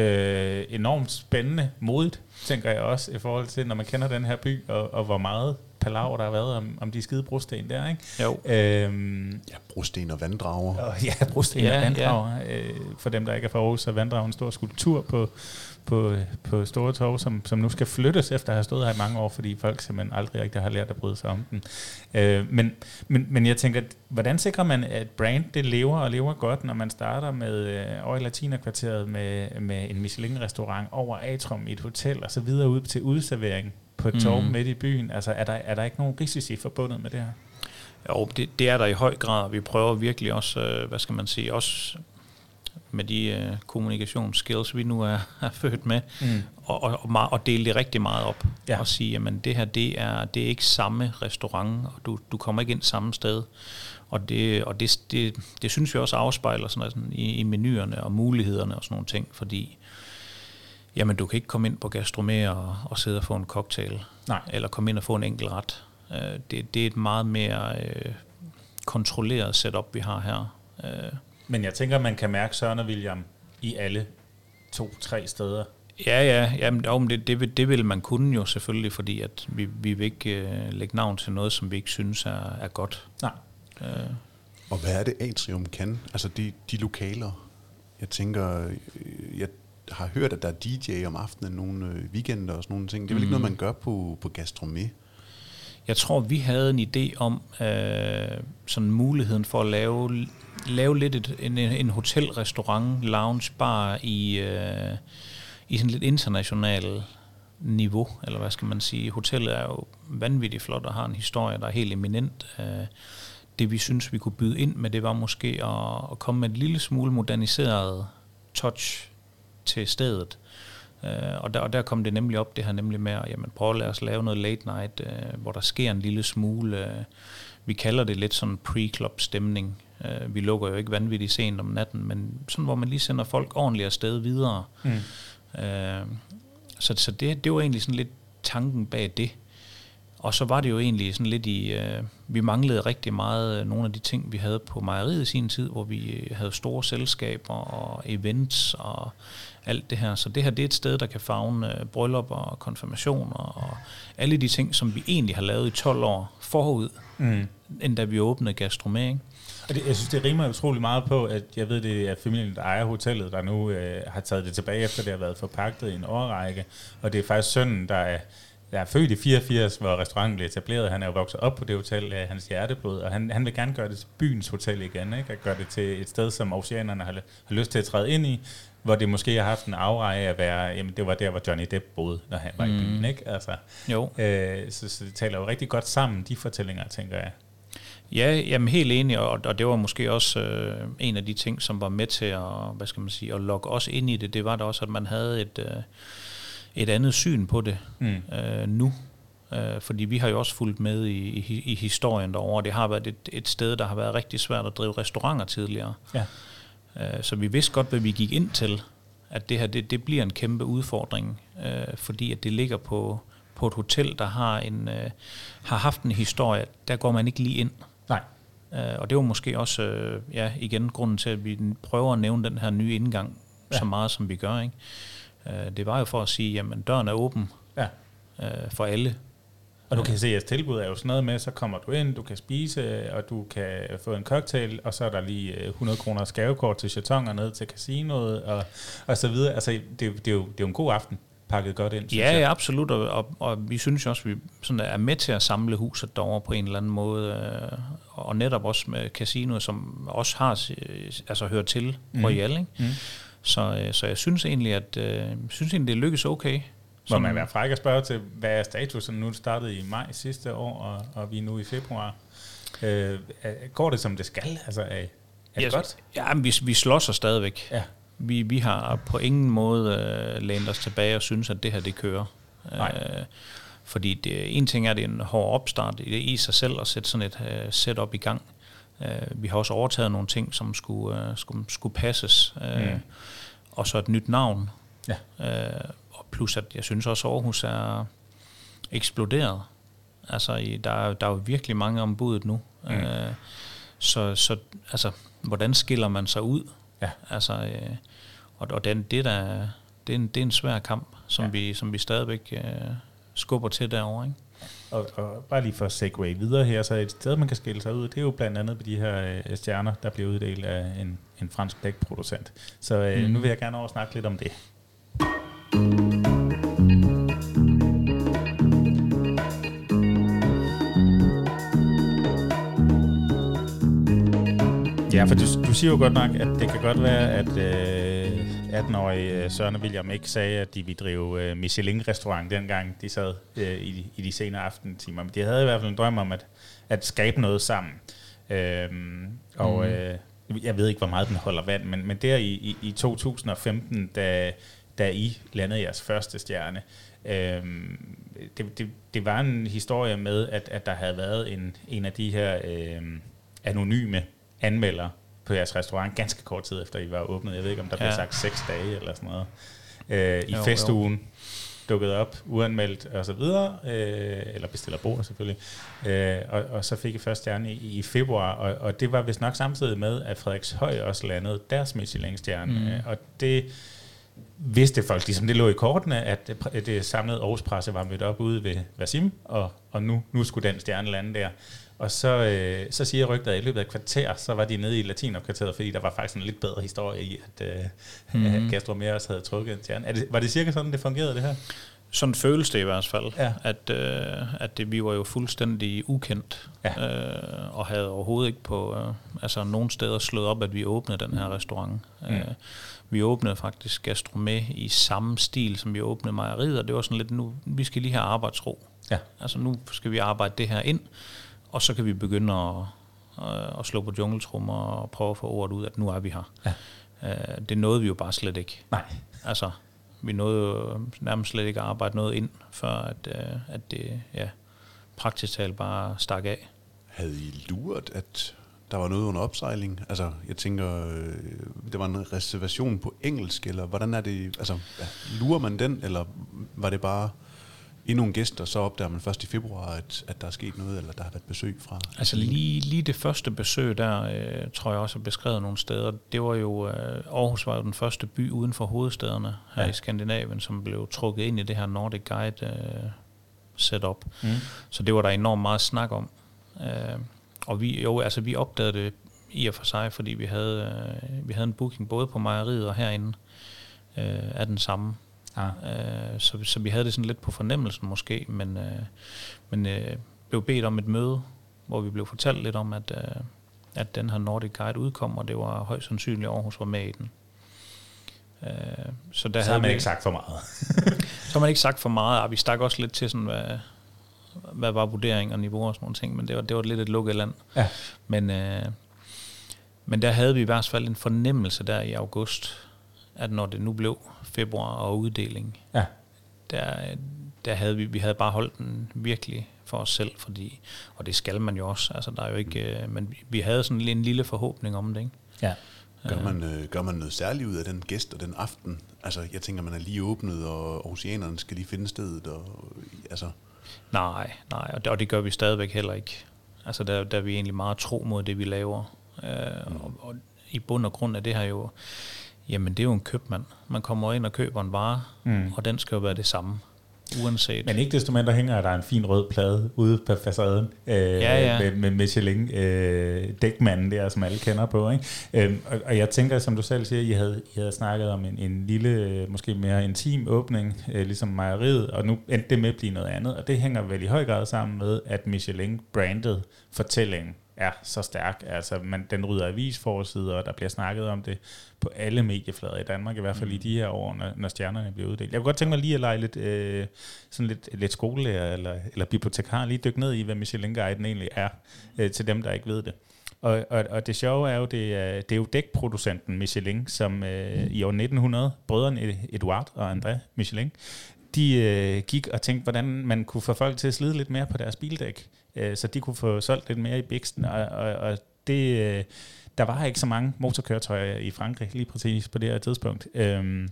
Øh, enormt spændende, modigt, tænker jeg også, i forhold til, når man kender den her by, og, og hvor meget palaver der har været om, om de skide brosten der, ikke? Jo. Øhm, ja, brosten og vanddrager. Og, ja, brosten ja, og vanddrager. Ja. Øh, for dem, der ikke er fra Aarhus, så vanddrager en stor skulptur på, på, på Stortorv, som, som nu skal flyttes efter at have stået her i mange år, fordi folk simpelthen aldrig rigtig har lært at bryde sig om den. Øh, men, men, men jeg tænker, hvordan sikrer man, at brand det lever og lever godt, når man starter med øh, over i Latinerkvarteret med, med en Michelin-restaurant over Atrium i et hotel, og så videre ud til udservering på et torv mm. midt i byen? Altså, er der, er der ikke nogen risici forbundet med det her? Jo, det, det er der i høj grad. Vi prøver virkelig også, øh, hvad skal man sige, også med de øh, kommunikationsskills, vi nu er, er født med, mm. og, og, og, og dele det rigtig meget op, ja. Og sige, jamen det her, det er, det er ikke samme restaurant, og du, du kommer ikke ind samme sted, og det, og det, det, det synes vi også afspejler sådan, sådan, i, i menuerne og mulighederne og sådan nogle ting, fordi jamen du kan ikke komme ind på Gastromé og, og sidde og få en cocktail, nej. Eller komme ind og få en enkelt ret. Øh, det, det er et meget mere øh, kontrolleret setup, vi har her. Øh, Men jeg tænker, man kan mærke Søren og William i alle to-tre steder. Ja, ja, jamen, jo, det, det, vil, det vil man kunne jo selvfølgelig, fordi at vi, vi vil ikke øh, lægge navn til noget, som vi ikke synes er, er godt. Nej. Øh. Og hvad er det, Atrium kan? Altså de, de lokaler, jeg tænker, jeg har hørt, at der er D J om aftenen, nogle weekender og sådan nogle ting. Det er vel mm. ikke noget, man gør på, på Gastromé? Jeg tror, vi havde en idé om øh, sådan muligheden for at lave, lave lidt et, en, en hotelrestaurant, lounge, bar i, øh, i sådan lidt international niveau, eller hvad skal man sige. Hotellet er jo vanvittigt flot og har en historie, der er helt eminent. Øh, det vi synes, vi kunne byde ind med, det var måske at, at komme med et lille smule moderniseret touch til stedet. Uh, og, der, og der kom det nemlig op, det her nemlig med at jamen, prøve at lade os lave noget late night, uh, hvor der sker en lille smule. Uh, vi kalder det lidt sådan pre-club stemning. Uh, vi lukker jo ikke vanvittigt sent om natten, men sådan, hvor man lige sender folk ordentligt afsted videre. Mm. Uh, så så det, det var egentlig sådan lidt tanken bag det. Og så var det jo egentlig sådan lidt i, uh, vi manglede rigtig meget uh, nogle af de ting, vi havde på mejeriet i sin tid, hvor vi uh, havde store selskaber og events og alt det her. Så det her, det er et sted, der kan favne uh, bryllupper og konfirmationer og alle de ting, som vi egentlig har lavet i tolv år forud, mm. end da vi åbnede Gastromé, ikke? Og det, jeg synes, det rimer utrolig meget på, at jeg ved, det er familien, der ejer hotellet, der nu øh, har taget det tilbage, efter det har været forpagtet i en årrække. Og det er faktisk sønnen, der er, der er født i fireogfirs, hvor restauranten blev etableret. Han er jo vokset op på det hotel af hans hjerteblod, og han, han vil gerne gøre det til byens hotel igen, ikke? At gøre det til et sted, som oceanerne har, har lyst til at træde ind i, hvor det måske har haft en aura af at være, jamen det var der, hvor Johnny Depp boede, når han var mm. i byen, ikke? Altså, jo. Øh, så, så det taler jo rigtig godt sammen, de fortællinger, tænker jeg. Ja, jamen helt enig, og, og det var måske også øh, en af de ting, som var med til at, hvad skal man sige, at lokke os ind i det. Det var da også, at man havde et, øh, et andet syn på det mm. øh, nu. Øh, fordi vi har jo også fulgt med i, i, i historien derovre. Det har været et, et sted, der har været rigtig svært at drive restauranter tidligere. Ja. Øh, så vi vidste godt, hvad vi gik ind til, at det her, det, det bliver en kæmpe udfordring, øh, fordi at det ligger på, på et hotel, der har, en, øh, har haft en historie. Der går man ikke lige ind. Nej. Uh, og det var måske også, uh, ja, igen, grunden til, at vi prøver at nævne den her nye indgang, ja. Så meget som vi gør, ikke? Uh, det var jo for at sige, jamen døren er åben ja. uh, for alle. Og du kan se, at jeres tilbud er jo sådan noget med, så kommer du ind, du kan spise, og du kan få en cocktail, og så er der lige hundrede kroner gavekort til chatonger ned til casinoet, og, og så videre. Altså, det, det, er jo, det er jo en god aften. Pakket godt ind, ja, ja, absolut, og, og, og vi synes også, at vi sådan er med til at samle huset derovre på en eller anden måde, øh, og netop også med casinoet, som også har altså hørt til mm. Royal, ikke? Mm. Så, øh, så jeg synes egentlig, at øh, synes egentlig, det lykkes okay. Må man være fræk at spørge til, hvad er statusen? Nu startede i maj sidste år, og, og vi er nu i februar. Øh, går det, som det skal? Altså, er, er det ja, godt? Ja, men vi, vi slås os stadigvæk. Ja. Vi, vi har på ingen måde øh, lænet os tilbage og synes, at det her, det kører. Øh, fordi det, en ting er, at det er en hård opstart i, i sig selv at sætte sådan et uh, setup i gang. Uh, vi har også overtaget nogle ting, som skulle, uh, skulle, skulle passes. Uh, mm. Og så et nyt navn. Ja. Uh, og plus, at jeg synes også, at Aarhus er eksploderet. Altså, i, der, der er jo virkelig mange om budet nu. Mm. Uh, så, så altså, hvordan skiller man sig ud? Ja. Altså, øh, og, og den, det, der, det, er en, det er en svær kamp, som, ja. vi, som vi stadigvæk øh, skubber til derovre, ikke? Og, og bare lige for at segue videre her, så et sted, man kan skille sig ud, det er jo blandt andet på de her øh, stjerner, der bliver uddelt af en, en fransk dækproducent. Så øh, mm. nu vil jeg gerne over snakke lidt om det. Ja, for du, du siger jo godt nok, at det kan godt være, at øh, atten-årige Søren og William ikke sagde, at de ville drive øh, Michelin-restaurant dengang de sad øh, i, i de senere aftentimer. Men de havde i hvert fald en drøm om at, at skabe noget sammen. Øhm, og mm. øh, jeg ved ikke, hvor meget den holder vand, men, men der i, i, i to tusind og femten, da, da I landede jeres første stjerne, øhm, det, det, det var en historie med, at, at der havde været en, en af de her øhm, anonyme anmeldere på jeres restaurant, ganske kort tid efter I var åbnet. Jeg ved ikke, om der ja. blev sagt seks dage eller sådan noget. Øh, I jo, festugen. Jo. Dukket op, uanmeldt og så videre, øh, eller bestiller bord selvfølgelig, øh, og, og så fik I først stjerne i, i februar, og, og det var vist nok samtidig med, at Frederikshøj også landede deres Michelin-stjerne, mm. øh, og det vidste folk, ligesom det lå i kortene, at det, det samlede Aarhus Presse var mødt op ude ved Vasim, og, og nu, nu skulle den stjerne lande der. Og så, øh, så siger rygtet, at i løbet af et kvarter, så var de nede i Latinokvarteret, fordi der var faktisk en lidt bedre historie i, at, øh, mm. at Gastromé også havde trukket en stjerne. Er det, var det cirka sådan, det fungerede, det her? Sådan føles det i hvert fald, ja. at, øh, at det, vi var jo fuldstændig ukendt, ja. øh, og havde overhovedet ikke på øh, altså nogen steder slået op, at vi åbnede den her restaurant. Mm. Øh, vi åbnede faktisk Gastromé i samme stil, som vi åbnede mejeriet, og det var sådan lidt, nu vi skal lige have arbejdsro. Ja. Altså nu skal vi arbejde det her ind, og så kan vi begynde at, at, at slå på jungletrummer og prøve at få ordet ud, at nu er vi her. Ja. Øh, det nåede vi jo bare slet ikke. Nej. Altså, vi nåede jo nærmest slet ikke at arbejde noget ind, før at, at det ja, praktisk talt bare stak af. Havde I luret, at der var noget under opsejling? Altså, jeg tænker, øh, det var en reservation på engelsk, eller hvordan er det? Altså, ja, lurer man den, eller var det bare endnu en gæst, og så opdager man først i februar, at, at der er sket noget, eller der har været besøg fra? Altså lige, lige det første besøg der, øh, tror jeg også er beskrevet nogle steder. Det var jo, øh, Aarhus var jo den første by uden for hovedstederne her ja. i Skandinavien, som blev trukket ind i det her Nordic Guide øh, setup. Mm. Så det var der enormt meget snak om. Øh, og vi, jo, altså vi opdagede det i og for sig, fordi vi havde, øh, vi havde en booking både på mejeriet og herinde øh, af den samme. Ah. Øh, så, så vi havde det sådan lidt på fornemmelsen måske, men, øh, men øh, blev bedt om et møde, hvor vi blev fortalt lidt om, at, øh, at den her Nordic Guide udkom, og det var højst sandsynligt, at Aarhus var med i den. Øh, så der så har man vi, ikke sagt for meget. så har man ikke sagt for meget, og vi stak også lidt til, sådan, hvad, hvad var vurdering og niveau og sådan nogle ting, men det var, det var lidt et lukket land. Ja. Men, øh, men der havde vi i hvert fald en fornemmelse der i august, at når det nu blev februar og uddeling, ja. der, der havde vi, vi havde bare holdt den virkelig for os selv, fordi, og det skal man jo også, altså der er jo ikke, men vi havde sådan en lille forhåbning om det, ikke? Ja. Gør man, øh, gør man noget særligt ud af den gæst og den aften? Altså, jeg tænker, man er lige åbnet, og oceanerne skal lige finde stedet, og altså... Nej, nej, og det, og det gør vi stadigvæk heller ikke. Altså, der, der er vi egentlig meget tro mod det, vi laver. Øh, mm. og, og i bund og grund er det her jo, jamen det er jo en købmand. Man kommer ind og køber en vare, mm. og den skal jo være det samme, uanset. Men ikke desto mindre hænger der en fin rød plade ude på facaden øh, ja, ja. med, med Michelin øh, dækmanden der, som alle kender på, ikke? Øh, og, og jeg tænker, som du selv siger, I havde, I havde snakket om en, en lille, måske mere intim åbning, øh, ligesom mejeriet, og nu endte det med at blive noget andet, og det hænger vel i høj grad sammen med, at Michelin-brandet fortællingen er så stærk. Altså, man, den rydder avisforsider, og der bliver snakket om det på alle medieflader i Danmark, i hvert fald mm. i de her år, når, når stjernerne bliver uddelt. Jeg kunne godt tænke mig lige at lege lidt, øh, sådan lidt, lidt skolelærer eller, eller bibliotekar, lige dykke ned i, hvad Michelin-guiden egentlig er, øh, til dem, der ikke ved det. Og, og, og det sjove er jo, det er, det er jo dækproducenten Michelin, som øh, i år nitten hundrede, brødrene Eduard og André Michelin, de øh, gik og tænkte, hvordan man kunne få folk til at slide lidt mere på deres bildæk, øh, så de kunne få solgt lidt mere i biksen, og, og, og det, øh, der var ikke så mange motorkøretøjer i Frankrig lige præcis på det her tidspunkt. Øhm,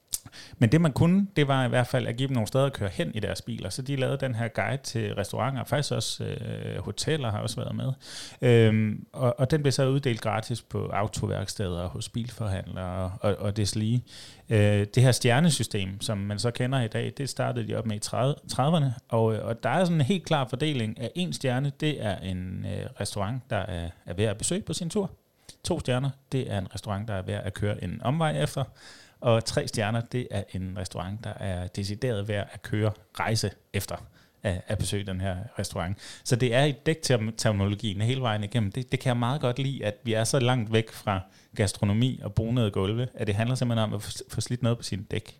men det man kunne, det var i hvert fald at give dem nogle steder at køre hen i deres biler, så de lavede den her guide til restauranter, faktisk også øh, hoteller har også været med, øhm, og, og den blev så uddelt gratis på autoværksteder, hos bilforhandlere og, og deslige. Øh, det her stjernesystem, som man så kender i dag, det startede de op med i trediverne, og, og der er sådan en helt klar fordeling af en stjerne, det er en øh, restaurant, der er, er værd at besøge på sin tur. To stjerner, det er en restaurant, der er værd at køre en omvej efter. Og tre stjerner, det er en restaurant, der er decideret værd at køre rejse efter at, at besøge den her restaurant. Så det er i dækterminologien hele vejen igennem. Det, det kan jeg meget godt lide, at vi er så langt væk fra gastronomi og brunede gulve, at det handler simpelthen om at få slidt noget på sin dæk.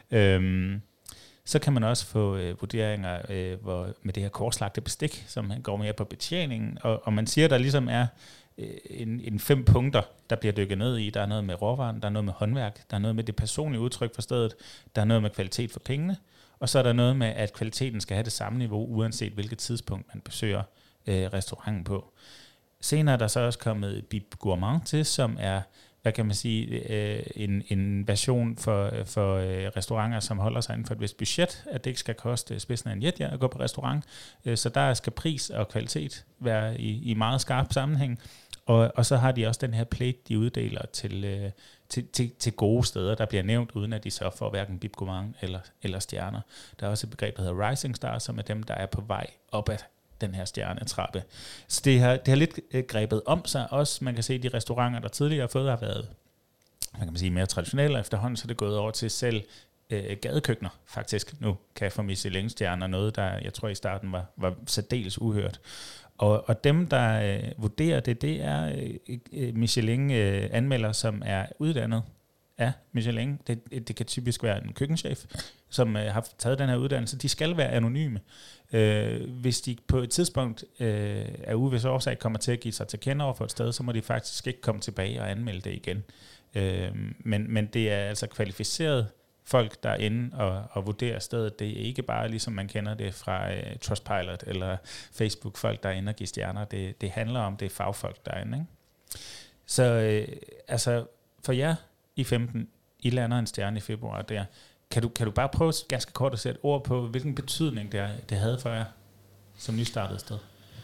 Øhm, så kan man også få øh, vurderinger øh, hvor, med det her korslagte bestik, som går mere på betjeningen, og, og man siger, der ligesom er en, en fem punkter, der bliver dykket ned i. Der er noget med råvaren, der er noget med håndværk, der er noget med det personlige udtryk for stedet, der er noget med kvalitet for pengene, og så er der noget med, at kvaliteten skal have det samme niveau, uanset hvilket tidspunkt man besøger øh, restauranten på. Senere er der så også kommet Bib Gourmand til, som er, hvad kan man sige, øh, en, en version for, for øh, restauranter, som holder sig inden for et vist budget, at det ikke skal koste spidsen af en jetja at gå på restaurant. Øh, så der skal pris og kvalitet være i, i meget skarp sammenhæng. Og, og så har de også den her plate, de uddeler til, øh, til, til, til gode steder, der bliver nævnt, uden at de så får hverken Bib Gourmand eller, eller stjerner. Der er også et begreb, der hedder Rising Star, som er dem, der er på vej op ad den her stjernetrappe. Så det har, det har lidt øh, grebet om sig også. Man kan se, de restauranter, der tidligere har fået, har været, man kan sige, mere traditionelle, og efterhånden så er det gået over til selv øh, gadekøkkener, faktisk. Nu kan få Michelin-stjerner noget, der jeg tror i starten var, var særdeles uhørt. Og, og dem, der øh, vurderer det, det er øh, Michelin-anmelder, øh, som er uddannet af Michelin. Det, det kan typisk være en køkkenchef, som øh, har taget den her uddannelse. De skal være anonyme. Øh, hvis de på et tidspunkt øh, af uvis årsag kommer til at give sig til kende over for et sted, så må de faktisk ikke komme tilbage og anmelde det igen. Øh, men, men det er altså kvalificeret folk, der er inde og, og vurderer stedet. Det er ikke bare ligesom man kender det fra uh, Trustpilot eller Facebook, folk der er inde og giver stjerner. Det, det handler om, det er fagfolk, der er inde. Ikke? Så øh, altså for jer i femten, I lander en stjerne i februar der. Kan du, kan du bare prøve ganske kort at sætte ord på, hvilken betydning det, er, det havde for jer som nystartet sted?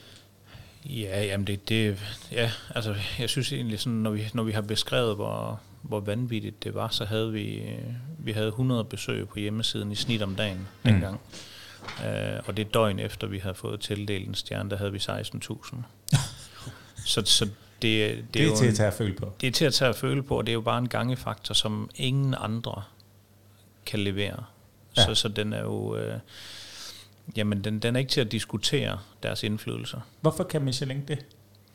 Ja, jamen det, det, ja, altså jeg synes egentlig sådan, når vi, når vi har beskrevet, hvor, hvor vanvittigt det var, så havde vi, vi havde hundrede besøg på hjemmesiden i snit om dagen mm. dengang. Uh, og det døgn efter, vi havde fået tildelt en stjerne, der havde vi seksten tusind. så, så det, det, det er, er til en, at tage at føle på. Det er til at tage at føle på, og det er jo bare en gangefaktor, som ingen andre kan levere. Ja. Så, så den er jo... Uh, Jamen, den, den er ikke til at diskutere deres indflydelser. Hvorfor kan Michelin det?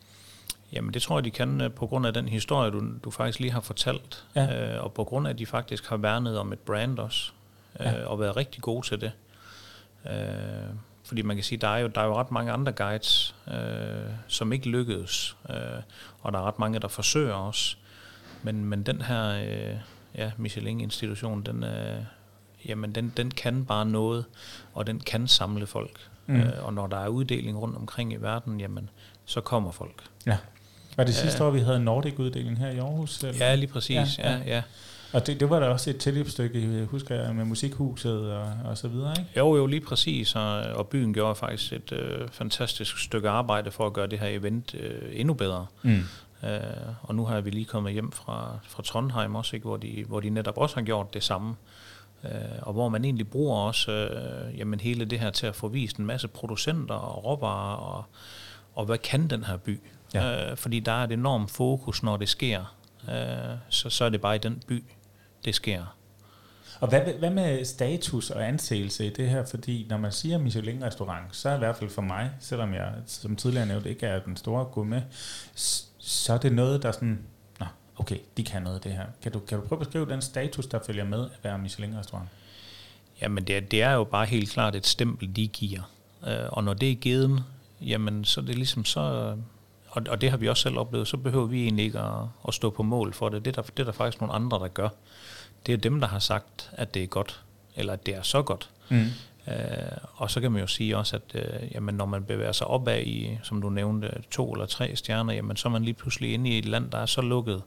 Jamen, det tror jeg, de kan på grund af den historie, du, du faktisk lige har fortalt. Ja. Øh, og på grund af, at de faktisk har værnet om et brand også. Øh, ja. Og været rigtig gode til det. Øh, fordi man kan sige, der er jo, der er jo ret mange andre guides, øh, som ikke lykkedes. Øh, og der er ret mange, der forsøger også. Men, men den her øh, ja, Michelin-institution, den er... Øh, jamen den, den kan bare noget, og den kan samle folk. Mm. Øh, og når der er uddeling rundt omkring i verden, jamen, så kommer folk. Ja. Var det sidste øh, år, vi havde en Nordic-uddeling her i Aarhus? Eller? Ja, lige præcis. Ja, ja. Ja, ja. Og det, det var der også et tilløbsstykke, husker jeg, med Musikhuset og, og så videre, ikke? Jo, jo, lige præcis. Og, og byen gjorde faktisk et øh, fantastisk stykke arbejde for at gøre det her event øh, endnu bedre. Mm. Øh, og nu har vi lige kommet hjem fra, fra Trondheim også, ikke, hvor, de, hvor de netop også har gjort det samme. Uh, og hvor man egentlig bruger også uh, jamen hele det her til at få vist en masse producenter og råvarer, og, og hvad kan den her by? Ja. Uh, fordi der er et enormt fokus, når det sker. Uh, så, så er det bare i den by, det sker. Og hvad, hvad med status og anseelse i det her? Fordi når man siger Michelin-restaurant, så er i hvert fald for mig, selvom jeg som tidligere nævnt ikke er den store gourmet, så er det noget, der sådan... Okay, de kan noget af det her. Kan du, kan du prøve at beskrive den status, der følger med at være Michelin-restaurant? Jamen, det er, det er jo bare helt klart et stempel, de giver. Øh, og når det er givet, jamen, så er det ligesom så... Og, og det har vi også selv oplevet, så behøver vi egentlig ikke at, at stå på mål for det. Det er, der, det er der faktisk nogle andre, der gør. Det er dem, der har sagt, at det er godt, eller at det er så godt. Mm. Øh, og så kan man jo sige også, at øh, jamen, når man bevæger sig opad i, som du nævnte, to eller tre stjerner, jamen, så er man lige pludselig inde i et land, der er så lukket.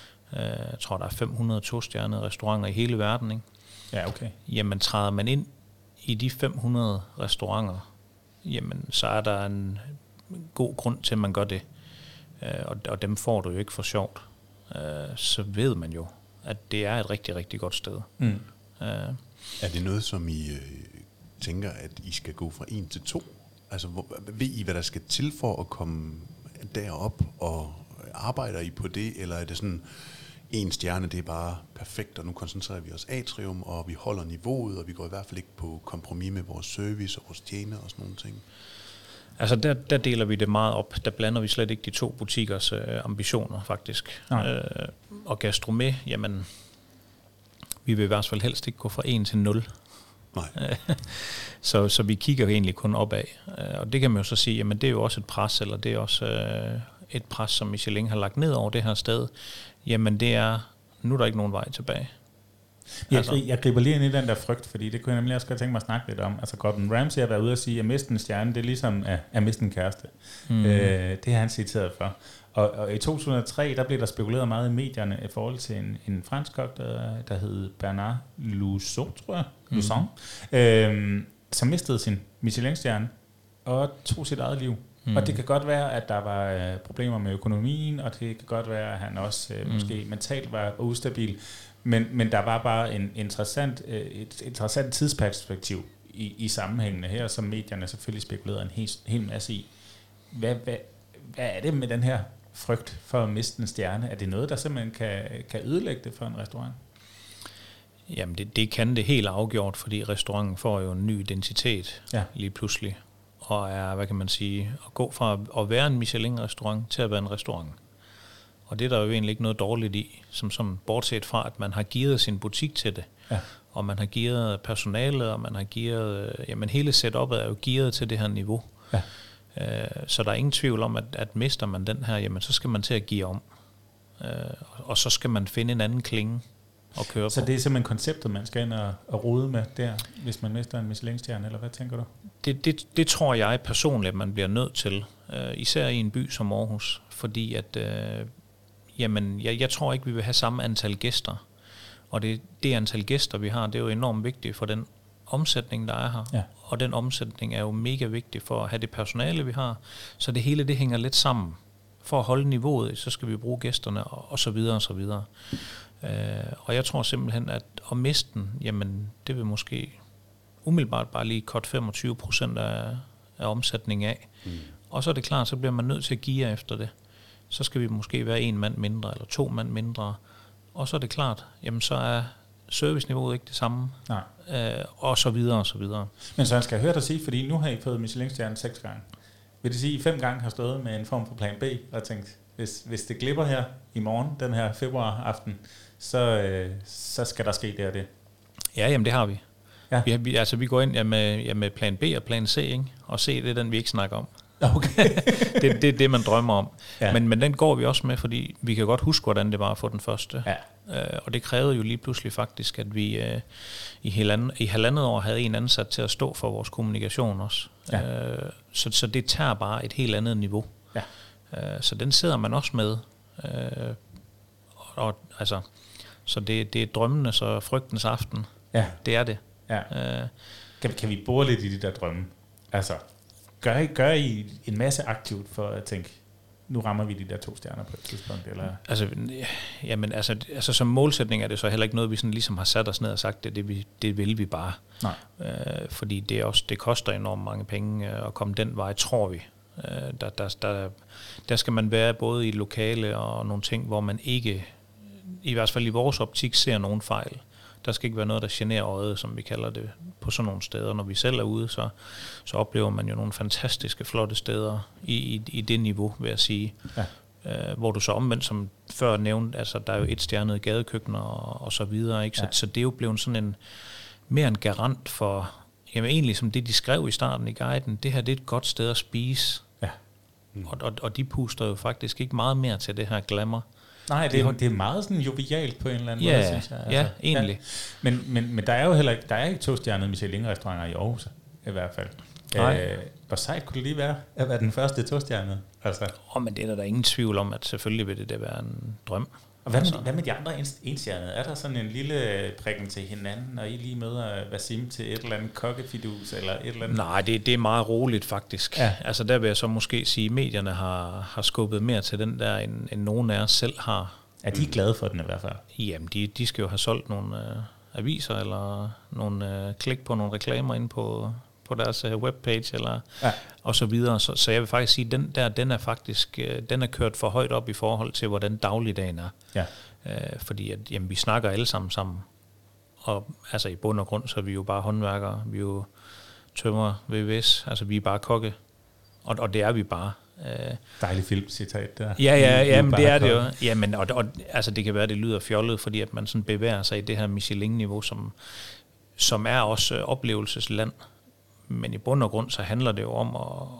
Jeg tror, der er fem hundrede to-stjernede restauranter i hele verden, ikke? Ja, okay. Jamen, træder man ind i de fem hundrede restauranter, jamen, så er der en god grund til, at man gør det. Og, og dem får du jo ikke for sjovt. Så ved man jo, at det er et rigtig, rigtig godt sted. Mm. Er det noget, som I øh, tænker, at I skal gå fra en til to? Altså, hvor, ved I, hvad der skal til for at komme derop, og arbejder I på det, eller er det sådan, en stjerne, det er bare perfekt, og nu koncentrerer vi os atrium, og vi holder niveauet, og vi går i hvert fald ikke på kompromis med vores service og vores tjener og sådan nogle ting? Altså, der, der deler vi det meget op. Der blander vi slet ikke de to butikkers øh, ambitioner, faktisk. Øh, og gastronomé, jamen, vi vil i hvert fald helst ikke gå fra en til nul. Nej. så, så vi kigger egentlig kun opad. Og det kan man jo så sige, jamen det er jo også et pres, eller det er også øh, et pres, som Michelin har lagt ned over det her sted, jamen det er, nu er der ikke nogen vej tilbage. Jeg, Altså. jeg griber lige ind i den der frygt, fordi det kunne jeg nemlig også godt tænke mig at snakke lidt om. Altså Gordon Ramsay har været ude og sige, at miste en stjerne, det er ligesom at, at miste en kæreste. Mm. Øh, det har han citeret for. Og, og i to tusind og tre, der blev der spekuleret meget i medierne i forhold til en, en fransk kok, der, der hed Bernard Luxon, tror jeg, mm. Luxon, øh, som mistede sin Michelin-stjerne og tog sit eget liv. Mm. Og det kan godt være, at der var øh, problemer med økonomien, og det kan godt være, at han også øh, mm. måske mentalt var ustabil. Men, men der var bare en interessant, øh, et interessant tidsperspektiv i, i sammenhængene her, som medierne selvfølgelig spekulerede en hel, hel masse i. Hvad, hvad, hvad er det med den her frygt for at miste en stjerne? Er det noget, der simpelthen kan, kan ødelægge det for en restaurant? Jamen det, det kan det helt afgjort, fordi restauranten får jo en ny identitet ja. lige pludselig. Og er, hvad kan man sige, at gå fra at være en Michelin-restaurant til at være en restaurant. Og det er der jo egentlig ikke noget dårligt i, som, som bortset fra, at man har gearet sin butik til det. Ja. Og man har gearet personalet, og man har gearet, jamen hele setup'et er jo gearet til det her niveau. Ja. Øh, så der er ingen tvivl om, at, at mister man den her, jamen så skal man til at geare om. Øh, og så skal man finde en anden klinge at køre så på. Så det er simpelthen konceptet, man skal ind og, og rode med der, hvis man mister en Michelin-stjerne, eller hvad tænker du? Det, det, det tror jeg personligt, at man bliver nødt til, øh, især i en by som Aarhus, fordi at, øh, jamen, jeg, jeg tror ikke, vi vil have samme antal gæster, og det, det antal gæster, vi har, det er jo enormt vigtigt for den omsætning, der er her, ja. Og den omsætning er jo mega vigtig for at have det personale, vi har, så det hele, det hænger lidt sammen. For at holde niveauet, så skal vi bruge gæsterne, og, og så videre, og så videre. Øh, og jeg tror simpelthen, at at miste den, jamen, det vil måske umiddelbart bare lige cut femogtyve procent af, af omsætningen af. Mm. Og så er det klart, så bliver man nødt til at geare efter det. Så skal vi måske være en mand mindre, eller to mand mindre. Og så er det klart, jamen så er serviceniveauet ikke det samme. Nej. Øh, og så videre, og så videre. Men så jeg skal høre dig sige, fordi nu har I fået Michelin-stjernen seks gange. Vil det sige, at I fem gange har stået med en form for plan B, og tænkt, hvis, hvis det glipper her i morgen, den her februar aften, så, øh, så skal der ske det og det? Ja, jamen det har vi. Ja. Vi, har, vi, altså, vi går ind ja, med, ja, med plan B og plan C, ikke? Og C, det er den, vi ikke snakker om. Okay. det er det, det, man drømmer om. Ja. Men, men den går vi også med, fordi vi kan godt huske, hvordan det var at få den første. Ja. Uh, og det krævede jo lige pludselig faktisk, at vi uh, i, halvand, i halvandet år havde en ansat til at stå for vores kommunikation også. Ja. Uh, så, så det tager bare et helt andet niveau. Ja. Uh, så den sidder man også med. Uh, og, altså, så det, det er drømmenes og frygtens aften. Ja. Det er det. Ja. Uh, kan, kan vi bore lidt i de der drømme? Altså, gør I, gør I en masse aktivt for at tænke, nu rammer vi de der to stjerner på et tidspunkt? Eller? Altså, jamen, altså, altså, som målsætning er det så heller ikke noget, vi sådan ligesom har sat os ned og sagt, det, det, vi, det vil vi bare. Nej. Øh, fordi det, er også, det koster enormt mange penge at komme den vej, tror vi. Øh, der, der, der, der skal man være både i lokale og nogle ting, hvor man ikke, i hvert fald i vores optik, ser nogen fejl. Der skal ikke være noget, der generer øjet, som vi kalder det, på sådan nogle steder. Når vi selv er ude, så, så oplever man jo nogle fantastiske, flotte steder i, i, i det niveau, vil jeg sige. Ja. Øh, hvor du så omvendt, som før nævnte, altså der er jo et stjernet gadekøkkener og, og så videre. Ikke? Så, ja. så det er jo blevet sådan en, mere en garant for, jamen egentlig som det, de skrev i starten i guiden, det her det er et godt sted at spise. Ja. Mm. Og, og, og de puster jo faktisk ikke meget mere til det her glamour. Nej, det er, det er meget sådan jovialt på en eller anden ja, måde, synes jeg. Altså, ja, egentlig. Ja. Men, men, men der er jo heller ikke, der er ikke to-stjernede Michelin-restauranter i Aarhus, i hvert fald. Nej. Øh, hvor sejt kunne det lige være at være den første to-stjernede? Altså. Oh, men det er der, der ingen tvivl om, at selvfølgelig vil det da være en drøm. Og hvad med, altså. hvad med de andre enstjernede? Er der sådan en lille prikken til hinanden, når I lige møder Wasim til et eller andet kokkefidus eller et eller andet? Nej, det, det er meget roligt faktisk. Ja. Altså der vil jeg så måske sige, at medierne har, har skubbet mere til den der, end, end nogen af os selv har. Er de glade for den i hvert fald? Jamen, de, de skal jo have solgt nogle øh, aviser eller nogle øh, klik på nogle reklamer inde på, på deres øh, webpage eller ja. og så videre. Så, så jeg vil faktisk sige, at den der, den er faktisk øh, den er kørt for højt op i forhold til, hvordan dagligdagen er. Ja. Øh, fordi at, jamen, vi snakker alle sammen sammen. Og altså i bund og grund, så er vi jo bare håndværkere. Vi er jo tømrer, V V S. Altså vi er bare kokke. Og, og det er vi bare. Dejlig filmcitat der. Ja, ja, ja, men det er det jo. Ja, men og, og, altså det kan være, det lyder fjollet, fordi at man sådan bevæger sig i det her Michelin-niveau, som, som er også oplevelsesland. Men i bund og grund, så handler det jo om at,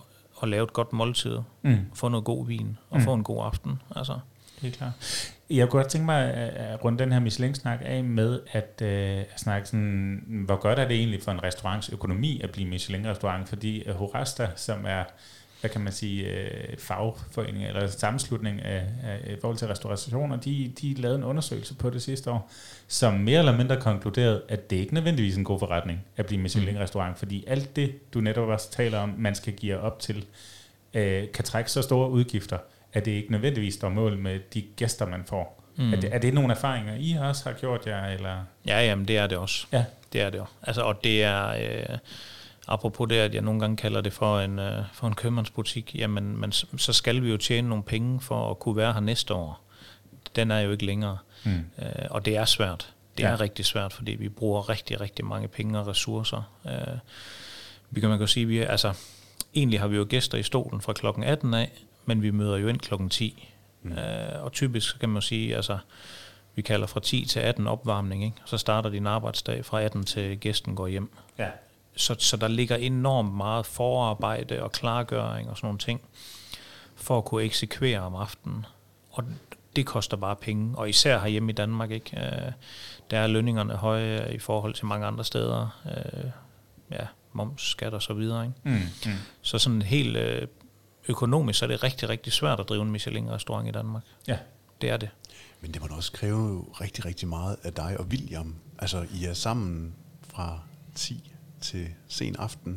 at lave et godt måltid, Mm. få noget god vin, og Mm. få en god aften. Altså. Det er klart. Jeg kunne godt tænke mig at runde den her Michelin-snak af med at, øh, at snakke sådan, hvor godt er det egentlig for en restaurants økonomi at blive Michelin-restaurant, fordi uh, Horasta, som er, hvad kan man sige, øh, fagforening eller sammenslutning af, af, i forhold til restaurationer, de, de lavede en undersøgelse på det sidste år, som mere eller mindre konkluderede, at det ikke nødvendigvis er en god forretning at blive Michelin-restaurant, fordi alt det, du netop også taler om, man skal give op til, øh, kan trække så store udgifter, at det ikke nødvendigvis står mål med de gæster, man får. Mm. Er, det, er det nogle erfaringer, I også har gjort jer? Eller? Ja, jamen det er det også. Ja. Det er det også. Altså, og det er, øh, apropos det, at jeg nogle gange kalder det for en, øh, for en købmandsbutik, jamen man, så skal vi jo tjene nogle penge for at kunne være her næste år. Den er jo ikke længere. Mm. Øh, og det er svært. Det ja. er rigtig svært, fordi vi bruger rigtig, rigtig mange penge og ressourcer. Øh, vi kan man kan sige, vi er, altså, egentlig har vi jo gæster i stolen fra klokken atten af, men vi møder jo ind klokken ti. Mm. Øh, og typisk kan man sige, altså, vi kalder fra ti til atten opvarmning, ikke? Så starter din arbejdsdag fra atten til gæsten går hjem. Ja. Så, så der ligger enormt meget forarbejde og klargøring og sådan nogle ting, for at kunne eksekvere om aftenen. Og det koster bare penge, og især herhjemme i Danmark, ikke? Øh, der er lønningerne høje i forhold til mange andre steder. Øh, ja, moms, skat og så videre, ikke? Mm. Mm. Så sådan helt øh, økonomisk, så er det rigtig, rigtig svært at drive en Michelin-restaurant i Danmark. Ja. Det er det. Men det må da også kræve rigtig, rigtig meget af dig og William. Altså, I er sammen fra ti til sen aften.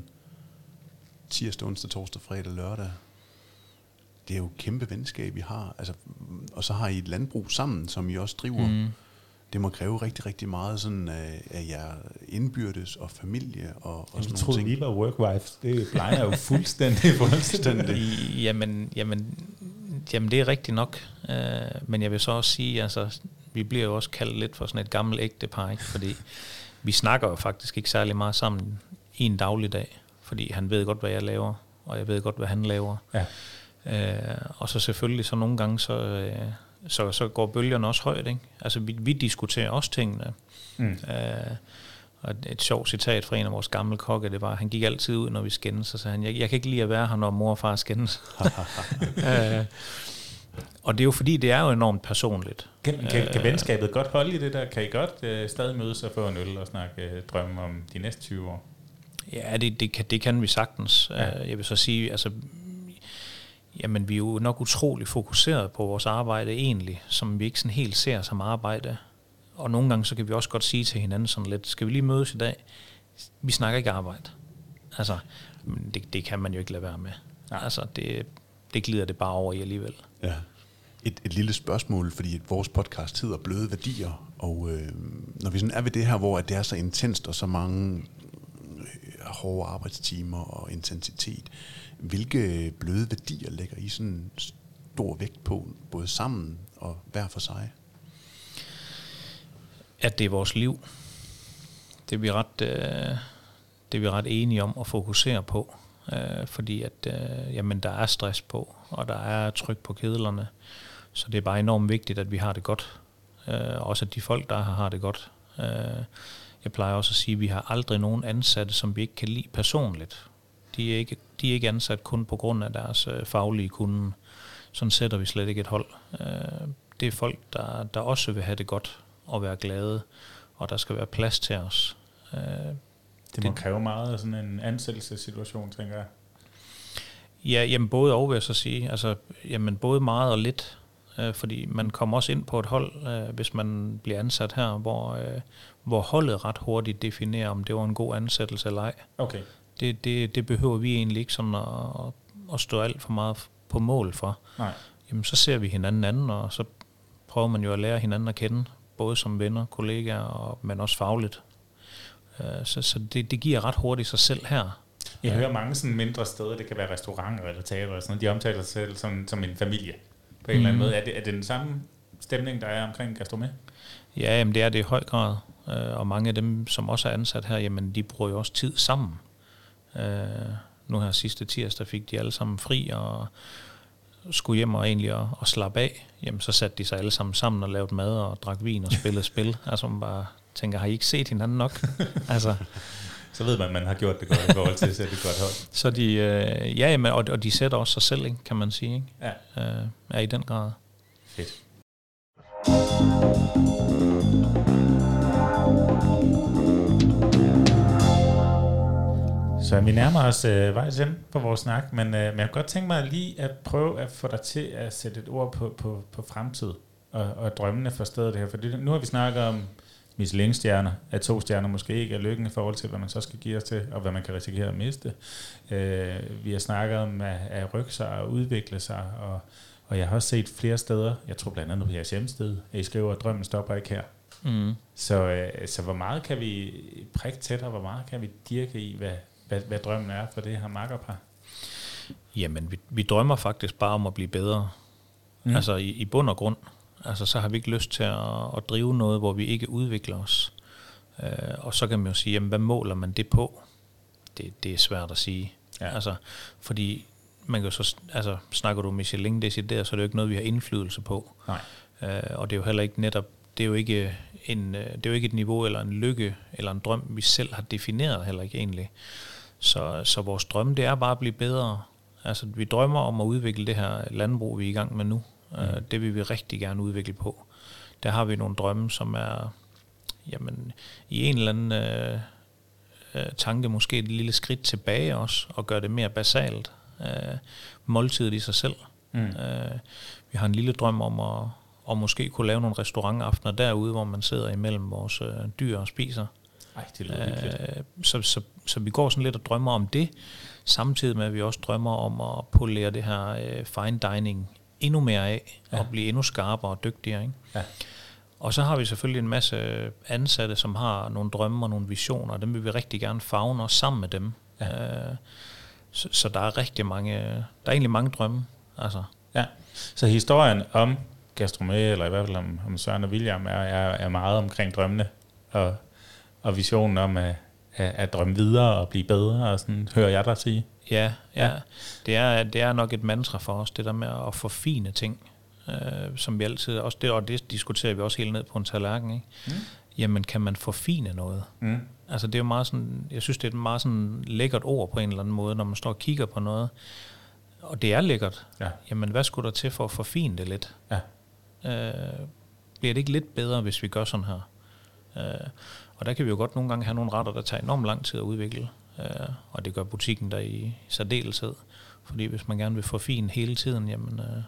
Tirsdag, onsdag, torsdag, fredag, lørdag. Det er jo et kæmpe venskab, I har. Altså, og så har I et landbrug sammen, som I også driver. Mm. Det må kræve rigtig, rigtig meget sådan af, af jer indbyrdes og familie og, og sådan nogle ting. Jeg troede, vi var work-wives. Det plejer jo fuldstændig fuldstændig. Jamen, jamen, jamen, det er rigtigt nok. Uh, men jeg vil så også sige, altså, vi bliver jo også kaldt lidt for sådan et gammelt ægtepar, ikke? Fordi vi snakker jo faktisk ikke særlig meget sammen i en dagligdag. Fordi han ved godt, hvad jeg laver, og jeg ved godt, hvad han laver. Ja. Uh, og så selvfølgelig så nogle gange, så... Uh, Så, så går bølgerne også højt, ikke? Altså, vi, vi diskuterer også tingene. Mm. Øh, og et sjovt citat fra en af vores gamle kokke, det var, han gik altid ud, når vi skændes, og sagde han, jeg, jeg kan ikke lide at være her, når mor og far skændes. øh, og det er jo fordi, det er jo enormt personligt. Kan, kan, kan venskabet godt holde i det der? Kan I godt øh, stadig mødes og få en øl og snakke øh, drømme om de næste tyve år? Ja, det, det, kan, det kan vi sagtens. Ja. Jeg vil så sige, altså... Jamen, vi er jo nok utrolig fokuseret på vores arbejde egentlig, som vi ikke sådan helt ser som arbejde. Og nogle gange, så kan vi også godt sige til hinanden sådan lidt, skal vi lige mødes i dag? Vi snakker ikke arbejde. Altså, det, det kan man jo ikke lade være med. Ja. Altså, det, det glider det bare over i alligevel. Ja. Et, et lille spørgsmål, fordi vores podcast hedder Bløde Værdier, og øh, når vi sådan er ved det her, hvor det er så intenst og så mange hårde arbejdstimer og intensitet, hvilke bløde værdier lægger I sådan stor vægt på, både sammen og hver for sig? At det er vores liv. Det er vi ret, øh, det er vi ret enige om at fokusere på, øh, fordi at øh, jamen, der er stress på, og der er tryk på kedlerne, så det er bare enormt vigtigt, at vi har det godt. Øh, også at de folk, der har, har det godt. Øh, jeg plejer også at sige, at vi har aldrig nogen ansatte, som vi ikke kan lide personligt. De er ikke, de er ikke ansat kun på grund af deres øh, faglige kunde. Sådan sætter vi slet ikke et hold. Øh, det er folk, der, der også vil have det godt og være glade, og der skal være plads til os. Øh, det må det, kræve meget af sådan en ansættelsessituation, tænker jeg. Ja, jamen både og, vil jeg så sige. Altså, jamen både meget og lidt. Øh, fordi man kommer også ind på et hold, øh, hvis man bliver ansat her, hvor, øh, hvor holdet ret hurtigt definerer, om det var en god ansættelse eller ej. Okay. Det, det, det behøver vi egentlig ikke sådan at, at stå alt for meget på mål for. Nej. Jamen, så ser vi hinanden anden, og så prøver man jo at lære hinanden at kende, både som venner, kollegaer, og, men også fagligt. Så, så det, det giver ret hurtigt sig selv her. Jeg hører mange sådan mindre steder, det kan være restauranter eller teater, eller sådan noget, de omtaler sig selv som, som en familie på en mm. eller anden måde. Er det, er det den samme stemning, der er omkring gastronomi? Ja, jamen, det er det i høj grad. Og mange af dem, som også er ansat her, jamen, de bruger jo også tid sammen. Uh, nu her sidste tirsdag fik de alle sammen fri og skulle hjem og egentlig og, og slappe af. Jamen så satte de sig alle sammen sammen og lavede mad og drak vin og spillede spil. Altså man bare tænker, har I ikke set hinanden nok? altså, Så ved man, at man har gjort det godt i forhold til at sætte et godt hold. Så de, øh, ja, men, og, og de sætter også sig selv, ikke, kan man sige. Ikke? Ja. Øh, er i den grad. Fedt. Så vi nærmer os øh, vejs ind på vores snak, men, øh, men jeg kunne godt tænke mig lige at prøve at få dig til at sætte et ord på, på, på fremtid og, og drømmene for stedet her. For det, nu har vi snakket om Michelin-stjerner, at to stjerner måske ikke er lykken i forhold til, hvad man så skal give os til, og hvad man kan risikere at miste. Øh, vi har snakket om at, at rykke sig og udvikle sig, og, og jeg har også set flere steder, jeg tror blandt andet på jeres hjemmeside, at I skriver, at drømmen stopper ikke her. Mm. Så, øh, så hvor meget kan vi prikke tættere, hvor meget kan vi dirke i, hvad Hvad, hvad drømmen er for det her makkerpar? Jamen, vi, vi drømmer faktisk bare om at blive bedre. Mm. Altså i, i bund og grund. Altså så har vi ikke lyst til at, at drive noget, hvor vi ikke udvikler os. Uh, og så kan man jo sige, jamen hvad måler man det på? Det, det er svært at sige. Ja. Altså, fordi man kan jo så, altså snakker du Michelin decideret, så er det jo ikke noget, vi har indflydelse på. Nej. Uh, og det er jo heller ikke netop, det er jo ikke en, det er jo ikke et niveau eller en lykke eller en drøm, vi selv har defineret heller ikke egentlig. Så, så vores drømme, det er bare at blive bedre. Altså, vi drømmer om at udvikle det her landbrug, vi er i gang med nu. Mm. Uh, det vil vi rigtig gerne udvikle på. Der har vi nogle drømme, som er jamen, i en eller anden uh, uh, tanke måske et lille skridt tilbage også, og gøre det mere basalt. Uh, måltidet i sig selv. Mm. Uh, vi har en lille drøm om at og måske kunne lave nogle restaurantaftener derude, hvor man sidder imellem vores uh, dyr og spiser. Ej, det lyder hyggeligt. Så, så, så vi går sådan lidt og drømmer om det, samtidig med, at vi også drømmer om at polere det her øh, fine dining endnu mere af, ja. Og blive endnu skarpere og dygtigere. Ikke? Ja. Og så har vi selvfølgelig en masse ansatte, som har nogle drømme og nogle visioner, og dem vil vi rigtig gerne favne os sammen med dem. Ja. Øh, så, så der er rigtig mange, der er egentlig mange drømme. Altså. Ja. Så historien om Gastromé, eller i hvert fald om, om Søren og William, er, er, er meget omkring drømmene, og og visionen om at, at, at drømme videre og blive bedre, og sådan hører jeg dig sige. Ja, ja. ja. Det, er, det er nok et mantra for os, det der med at forfine ting, øh, som vi altid, også det, og det diskuterer vi også helt ned på en tallerken, ikke? Mm. Jamen, kan man forfine noget? Mm. Altså, det er jo meget sådan, jeg synes, det er et meget sådan lækkert ord på en eller anden måde, når man står og kigger på noget, og det er lækkert. Ja. Jamen, hvad skulle der til for at forfine det lidt? Ja. Øh, bliver det ikke lidt bedre, hvis vi gør sådan her? Øh, Og der kan vi jo godt nogle gange have nogle retter, der tager enormt lang tid at udvikle. Øh, og det gør butikken der i særdeleshed. Fordi hvis man gerne vil forfine hele tiden, jamen øh,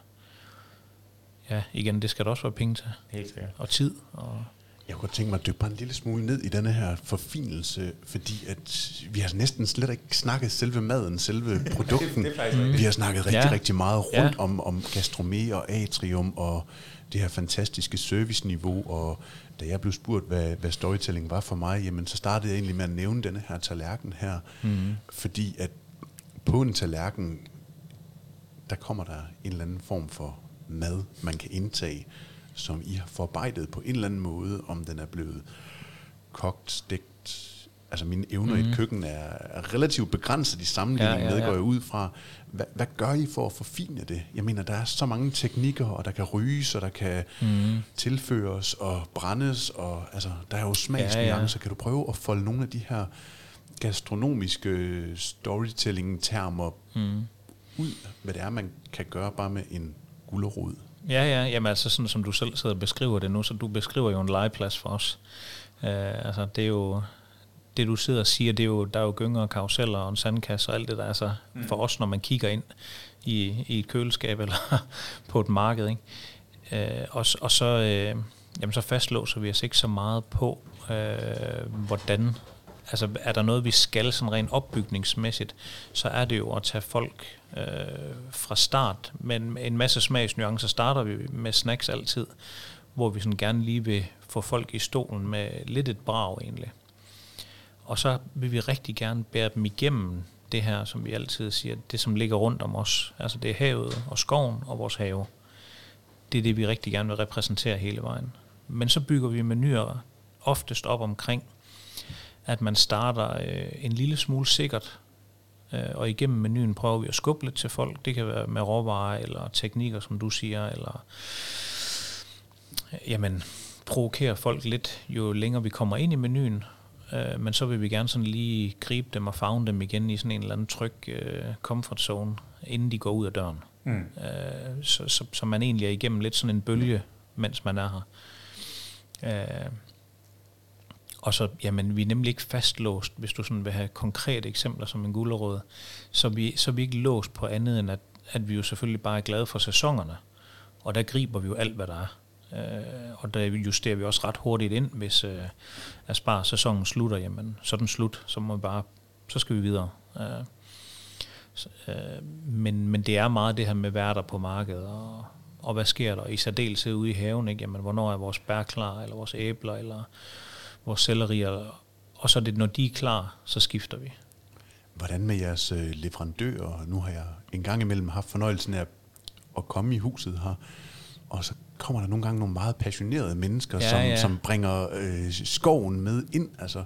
ja, igen, det skal der også være penge til. Helt sikkert. Og tid. Og jeg kunne godt tænke mig at dykke bare en lille smule ned i denne her forfinelse, fordi at vi har næsten slet ikke snakket selve maden, selve produkten. det, det mm. Vi har snakket rigtig, ja. rigtig meget rundt ja. om, om Gastromé og Atrium og det her fantastiske serviceniveau, og da jeg blev spurgt, hvad, hvad storytelling var for mig, jamen så startede jeg egentlig med at nævne denne her tallerken her, mm. fordi at på en tallerken, der kommer der en eller anden form for mad, man kan indtage, som I har forarbejdet på en eller anden måde, om den er blevet kogt, stegt. Altså mine evner mm. i et køkken er, er relativt begrænset i sammenligning ja, ja, ja. med, går jeg ud fra. Hva, hvad gør I for at forfine det? Jeg mener, der er så mange teknikker, og der kan ryges, og der kan mm. tilføres og brændes, og altså, der er jo smagsnuancer. Ja, ja. Kan du prøve at folde nogle af de her gastronomiske storytelling-termer mm. ud, hvad det er, man kan gøre bare med en gulerod? Ja, ja, jamen altså sådan som du selv sidder og beskriver det nu, så du beskriver jo en legeplads for os. Uh, altså det er jo, det du sidder og siger, det er jo, der er jo gynger og karuseller og en sandkasse og alt det der, altså mm. for os, når man kigger ind i, i et køleskab eller på et marked, ikke? Uh, og, og så, uh, jamen så fastlåser vi os ikke så meget på, uh, hvordan, altså er der noget, vi skal sådan rent opbygningsmæssigt, så er det jo at tage folk øh, fra start. Men med en masse smagsnuancer starter vi med snacks altid, hvor vi sådan gerne lige vil få folk i stolen med lidt et brag egentlig. Og så vil vi rigtig gerne bære dem igennem det her, som vi altid siger, det som ligger rundt om os. Altså det er havet og skoven og vores have. Det er det, vi rigtig gerne vil repræsentere hele vejen. Men så bygger vi menuer oftest op omkring, at man starter øh, en lille smule sikkert, øh, og igennem menuen prøver vi at skubbe lidt til folk. Det kan være med råvarer eller teknikker, som du siger, eller jamen, provokere folk lidt, jo længere vi kommer ind i menuen. øh, men så vil vi gerne sådan lige gribe dem og favne dem igen i sådan en eller anden tryg øh, comfort zone, inden de går ud af døren. Mm. Øh, så, så, så man egentlig er igennem lidt sådan en bølge, mens man er her. Øh, og så, jamen, vi er nemlig ikke fastlåst, hvis du sådan vil have konkrete eksempler som en gulerod, så vi, så er vi ikke låst på andet, end at, at vi jo selvfølgelig bare er glade for sæsonerne, og der griber vi jo alt, hvad der er. Øh, og der justerer vi også ret hurtigt ind, hvis øh, Aspar-sæsonen slutter, jamen, så er den slut, så må vi bare, så skal vi videre. Øh, så, øh, men, men det er meget det her med værter på markedet, og, og hvad sker der, i særdeleshed ude i haven, ikke? Jamen, hvornår er vores bær klar, eller vores æbler, eller vores selleri, og så er det, når de er klar, så skifter vi. Hvordan med jeres øh, leverandører? Nu har jeg en gang imellem haft fornøjelsen af at komme i huset her, og så kommer der nogle gange nogle meget passionerede mennesker, ja, som, ja. som bringer øh, skoven med ind, altså,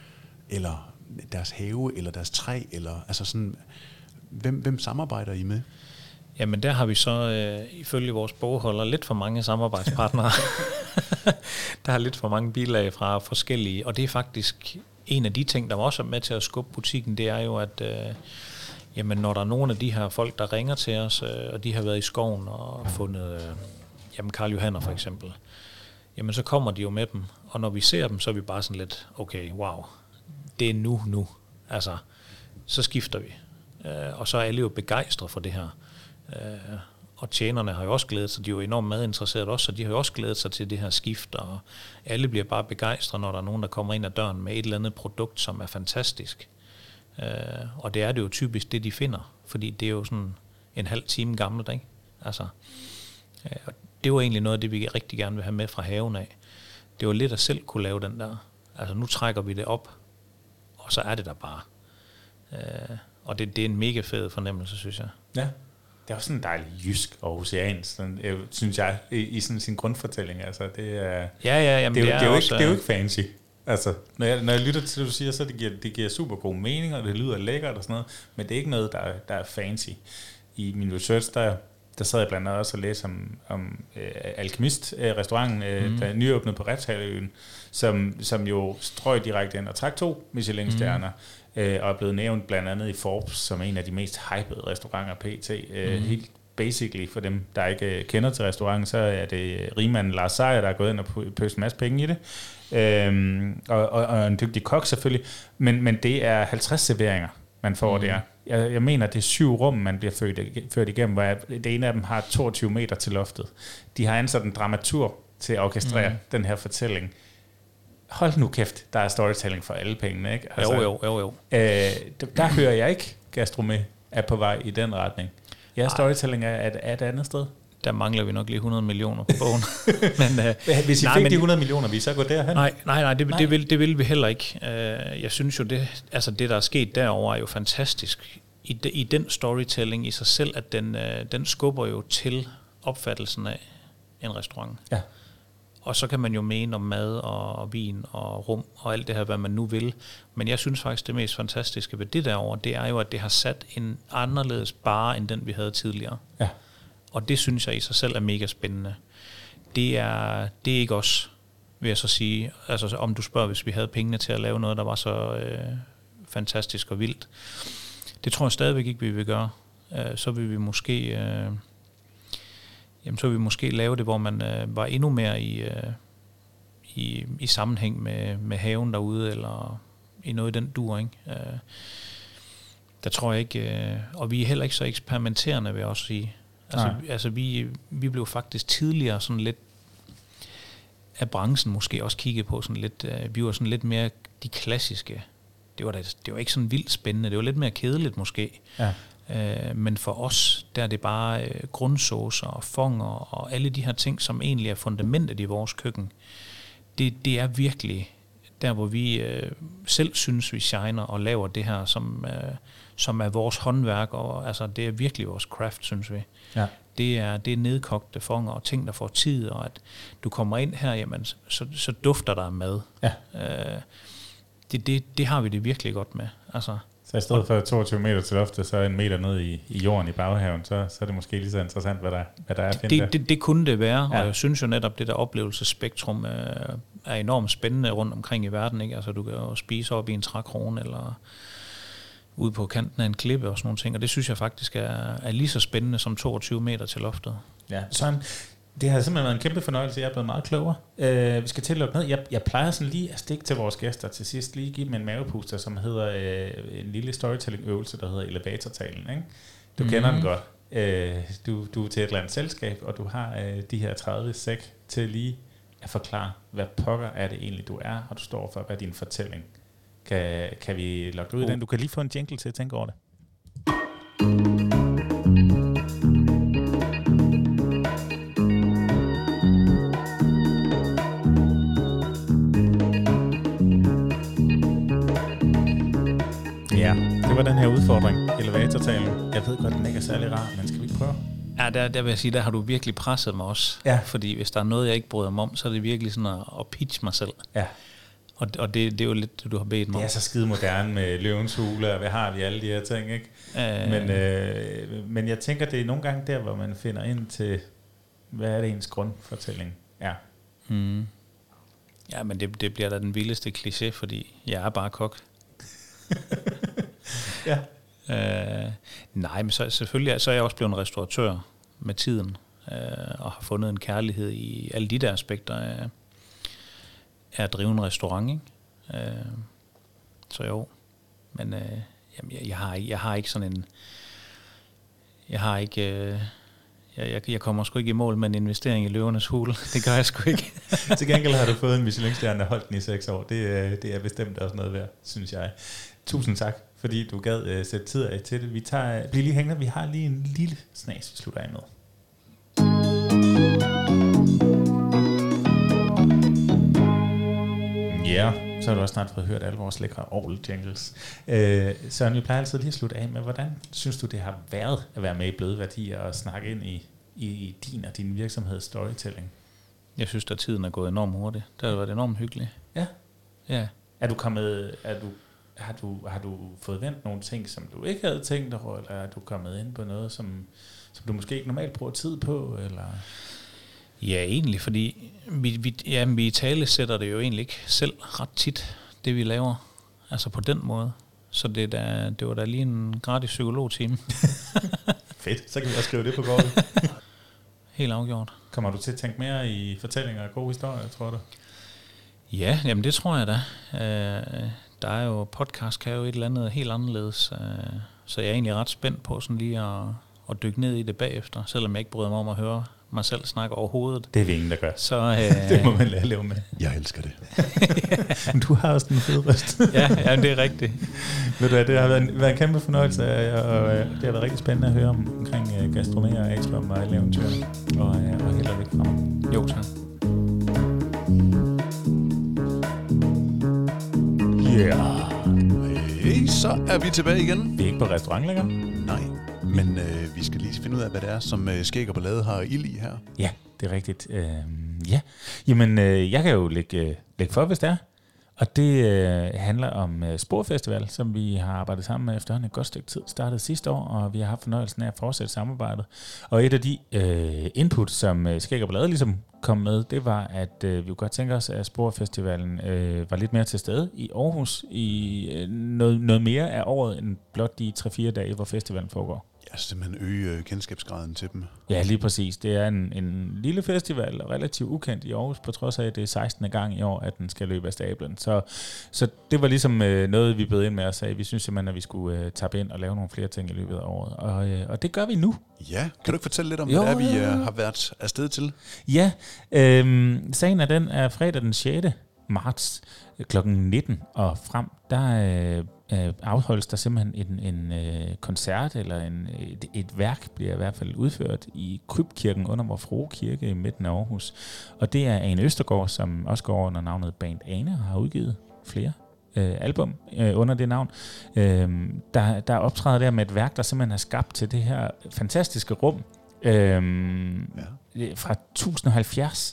eller deres have, eller deres træ, eller altså sådan, hvem, hvem samarbejder I med? Jamen der har vi så, øh, ifølge vores bogholder, lidt for mange samarbejdspartnere. Der er lidt for mange bilag fra forskellige, og det er faktisk en af de ting, der også er med til at skubbe butikken, det er jo, at øh, jamen, når der er nogle af de her folk, der ringer til os, øh, og de har været i skoven og fundet, øh, jamen Karl Johanner for eksempel, jamen så kommer de jo med dem, og når vi ser dem, så er vi bare sådan lidt, okay, wow, det er nu, nu. Altså, så skifter vi. Øh, og så er alle jo begejstret for det her. Øh, og tjenerne har jo også glædet sig, de er jo enormt madinteresserede også, så de har jo også glædet sig til det her skift, og alle bliver bare begejstret, når der er nogen, der kommer ind ad døren med et eller andet produkt, som er fantastisk. Øh, og det er det jo typisk det, de finder, fordi det er jo sådan en halv time gammelt, ikke? Altså, øh, og det var egentlig noget af det, vi rigtig gerne vil have med fra haven af. Det var lidt at selv kunne lave den der. Altså nu trækker vi det op, og så er det der bare. Øh, og det, det er en mega fed fornemmelse, synes jeg. Ja. Det er også sådan en dejlig jysk og oceansk, sådan, jeg, synes jeg, i, i sådan sin grundfortælling. Altså, det er, ja, ja, jamen det, er, det, er det, er jo også, ikke, det er jo ikke fancy. Altså, når jeg, når jeg lytter til det, du siger, så det giver det giver super god mening, og det lyder lækkert og sådan noget, men det er ikke noget, der, der er fancy. I min research, der, der sad jeg blandt andet også og læste om, om øh, Alkemist-restauranten, øh, mm. der er nyåbnet på Refshaløen, som, som jo strøg direkte ind og trak to Michelin-stjerner, mm. øh, og er blevet nævnt blandt andet i Forbes som en af de mest hypede restauranter pt. Øh, mm. Helt basically, for dem, der ikke kender til restauranten, så er det rigmanden Lars Seier, der er gået ind og pøst en masse penge i det. Øhm, og, og, og en dygtig kok selvfølgelig, men, men det er halvtreds serveringer, man får mm. der. Jeg, jeg mener, det er syv rum, man bliver ført, ført igennem, hvor jeg, det ene af dem har toogtyve meter til loftet. De har ansat en dramaturg til at orkestrere mm. den her fortælling. Hold nu kæft, der er storytelling for alle pengene, ikke? Altså, jo, jo, jo, jo. Øh, der, der hører jeg ikke, Gastromé er på vej i den retning. Ja, storytelling er, er et andet sted. Der mangler vi nok lige hundrede millioner på bogen. men, uh, Hvis I nej, fik men, de hundrede millioner, vi så gå derhen? Nej, nej, nej, det, nej. Det, vil, det vil vi heller ikke. Uh, jeg synes jo, det, altså det der er sket derovre er jo fantastisk. I, de, i den storytelling i sig selv, at den, uh, den skubber jo til opfattelsen af en restaurant. Ja. Og så kan man jo mene om mad og, og vin og rum og alt det her, hvad man nu vil. Men jeg synes faktisk, det mest fantastiske ved det derovre, det er jo, at det har sat en anderledes bar, end den vi havde tidligere. Ja. Og det synes jeg i sig selv er mega spændende. Det er, det er ikke os, vil jeg så sige. Altså om du spørger, hvis vi havde pengene til at lave noget, der var så øh, fantastisk og vildt. Det tror jeg stadigvæk ikke, vi vil gøre. Øh, så vil vi måske... Øh, Jamen, så vil vi måske lave det, hvor man øh, var endnu mere i, øh, i, i sammenhæng med, med haven derude, eller i noget i den dur, ikke? Øh, der tror jeg ikke, øh, og vi er heller ikke så eksperimenterende, vil jeg også sige. Altså, altså vi, vi blev faktisk tidligere sådan lidt af branchen måske også kigget på sådan lidt, øh, vi var sådan lidt mere de klassiske. Det var, da, det var ikke sådan vildt spændende, det var lidt mere kedeligt måske. Ja. Men for os, der er det bare øh, grundsaucer og fonger og alle de her ting, som egentlig er fundamentet i vores køkken. Det, det er virkelig der, hvor vi øh, selv synes, vi shiner og laver det her, som, øh, som er vores håndværk, og altså, det er virkelig vores craft, synes vi. Ja. Det er, det er nedkogte fonger og ting, der får tid, og at du kommer ind her, jamen, så, så dufter der af mad. Ja. Øh, det, det, det har vi det virkelig godt med. Altså, Så i stedet for toogtyve meter til loftet, så en meter ned i, i jorden i baghaven, så, så er det måske lige så interessant, hvad der, hvad der er at finde det, der. det, det kunne det være, ja. Og jeg synes jo netop, det der oplevelsesspektrum øh, er enormt spændende rundt omkring i verden. Ikke? Altså du kan jo spise op i en trækrone, eller ude på kanten af en klippe og sådan nogle ting, og det synes jeg faktisk er, er lige så spændende som toogtyve meter til loftet. Ja, sådan. Det har simpelthen været en kæmpe fornøjelse. Jeg er blevet meget klogere. Uh, vi skal til at lukke ned. Jeg, jeg plejer sådan lige at stikke til vores gæster til sidst. Lige give dem en mavepuster, som hedder uh, en lille storytelling-øvelse, der hedder elevatortalen. Ikke? Du mm. kender den godt. Uh, du, du er til et eller andet selskab, og du har uh, de her tredive sek til lige at forklare, hvad pokker er det egentlig, du er, og du står for, hvad din fortælling. Kan, kan vi lukke ud i den? Du kan lige få en jingle til at tænke over det. Ja, det var den her udfordring, elevatortalen. Jeg ved godt, den ikke er særlig rar, men skal vi prøve? Ja, der, der vil jeg sige, der har du virkelig presset mig også. Ja. Fordi hvis der er noget, jeg ikke bryder mig om, så er det virkelig sådan at, at pitche mig selv. Ja. Og, og det, det er jo lidt det, du har bedt mig om. Det er så skide moderne med løvens hule, og hvad har vi alle de her ting, ikke? Øh. Men, øh, men jeg tænker, det er nogle gange der, hvor man finder ind til, hvad er det ens grundfortælling er. Mm. Ja, men det, det bliver da den vildeste kliché, fordi jeg er bare kok. Ja. Øh, nej, men så, selvfølgelig så er jeg også blevet en restauratør med tiden, øh, og har fundet en kærlighed i alle de der aspekter af, af at drive en restaurant, ikke? Øh, så jo, men øh, jamen, jeg, jeg, har, jeg har ikke sådan en, jeg har ikke, øh, jeg, jeg, jeg kommer sgu ikke i mål med en investering i løvernes hule. Det gør jeg sgu ikke. Til gengæld har du fået en Michelin-stjerne, der holdt den i seks år. Det, det er bestemt også noget værd, synes jeg. Tusind tak, fordi du gad uh, sætte tid af til det. Vi tager, bliv lige hængende. Vi har lige en lille snas, vi slutter af med. Ja, yeah, så har du også snart fået hørt alle vores lækre Orgel-jingles. Uh, Søren, vi plejer altid lige at slutte af med, hvordan synes du, det har været at være med i Bløde Værdier og snakke ind i, i, i din og din virksomheds storytelling? Jeg synes, at tiden er gået enormt hurtigt. Det har været enormt hyggeligt. Ja. Ja. Er du kommet, er du, har, du, har du fået vendt nogle ting, som du ikke havde tænkt over, eller er du kommet ind på noget, som, som du måske ikke normalt bruger tid på? Eller? Ja, egentlig, fordi vi, vi, ja, vi i tale sætter det jo egentlig ikke selv ret tit, det vi laver. Altså på den måde. Så det, der, det var da lige en gratis psykologtime. Fedt, så kan vi også skrive det på kortet. Helt afgjort. Kommer du til at tænke mere i fortællinger og gode historier, tror du? Ja, jamen det tror jeg da. Øh, der er jo, podcast kan jo et eller andet helt anderledes, øh, så jeg er egentlig ret spændt på sådan lige at, at dykke ned i det bagefter, selvom jeg ikke bryder mig om at høre mig selv snakke overhovedet. Det er vi ingen, der gør. Så, øh, det må man lære at leve med. Jeg elsker det. Men du har også den fede røst. ja, ja, det er rigtigt. Ved du hvad, det har været en, været en kæmpe fornøjelse, og det har været rigtig spændende at høre om, omkring gastronomi og atrium og alle eventyrene, og, og held og lykke frem. Jo, tak. Yeah. Hey, så er vi tilbage igen. Vi er ikke på restaurant længere. Nej, men øh, vi skal lige finde ud af, hvad det er, som øh, Skæg og Ballade har ild i her. Ja, det er rigtigt. Øh, ja, jamen øh, jeg kan jo lægge, øh, lægge for, hvis det er. Og det øh, handler om øh, Sporfestival, som vi har arbejdet sammen med efterhånden et godt stykke tid. Startede sidste år, og vi har haft fornøjelsen af at fortsætte samarbejdet. Og et af de øh, input, som øh, Skæg og Ballade ligesom kom med, det var, at øh, vi kunne godt tænke os, at Sporfestivalen øh, var lidt mere til stede i Aarhus i øh, noget, noget mere af året end blot de tre-fire dage, hvor festivalen foregår. Ja, simpelthen øge kendskabsgraden til dem. Ja, lige præcis. Det er en, en lille festival, relativt ukendt i Aarhus, på trods af, at det er sekstende gang i år, at den skal løbe af stablen. Så, så det var ligesom øh, noget, vi bød ind med og sagde, vi synes simpelthen, at vi skulle øh, tabe ind og lave nogle flere ting i løbet af året. Og, øh, og det gør vi nu. Ja, kan du ikke fortælle lidt om, jo, hvad det er, vi jo, jo. øh, har været afsted til? Ja, øh, sagen er den er fredag den sjette marts klokken nitten og frem, der øh, øh, afholdes der simpelthen en, en øh, koncert, eller en, et, et værk bliver i hvert fald udført i Krybkirken under Vor Frue Kirke i midten af Aarhus. Og det er Ane Østergaard, som også går under navnet Band Ane, og har udgivet flere øh, album øh, under det navn. Øh, der, der optræder der med et værk, der simpelthen er skabt til det her fantastiske rum øh, ja. fra tusind og halvfjerds.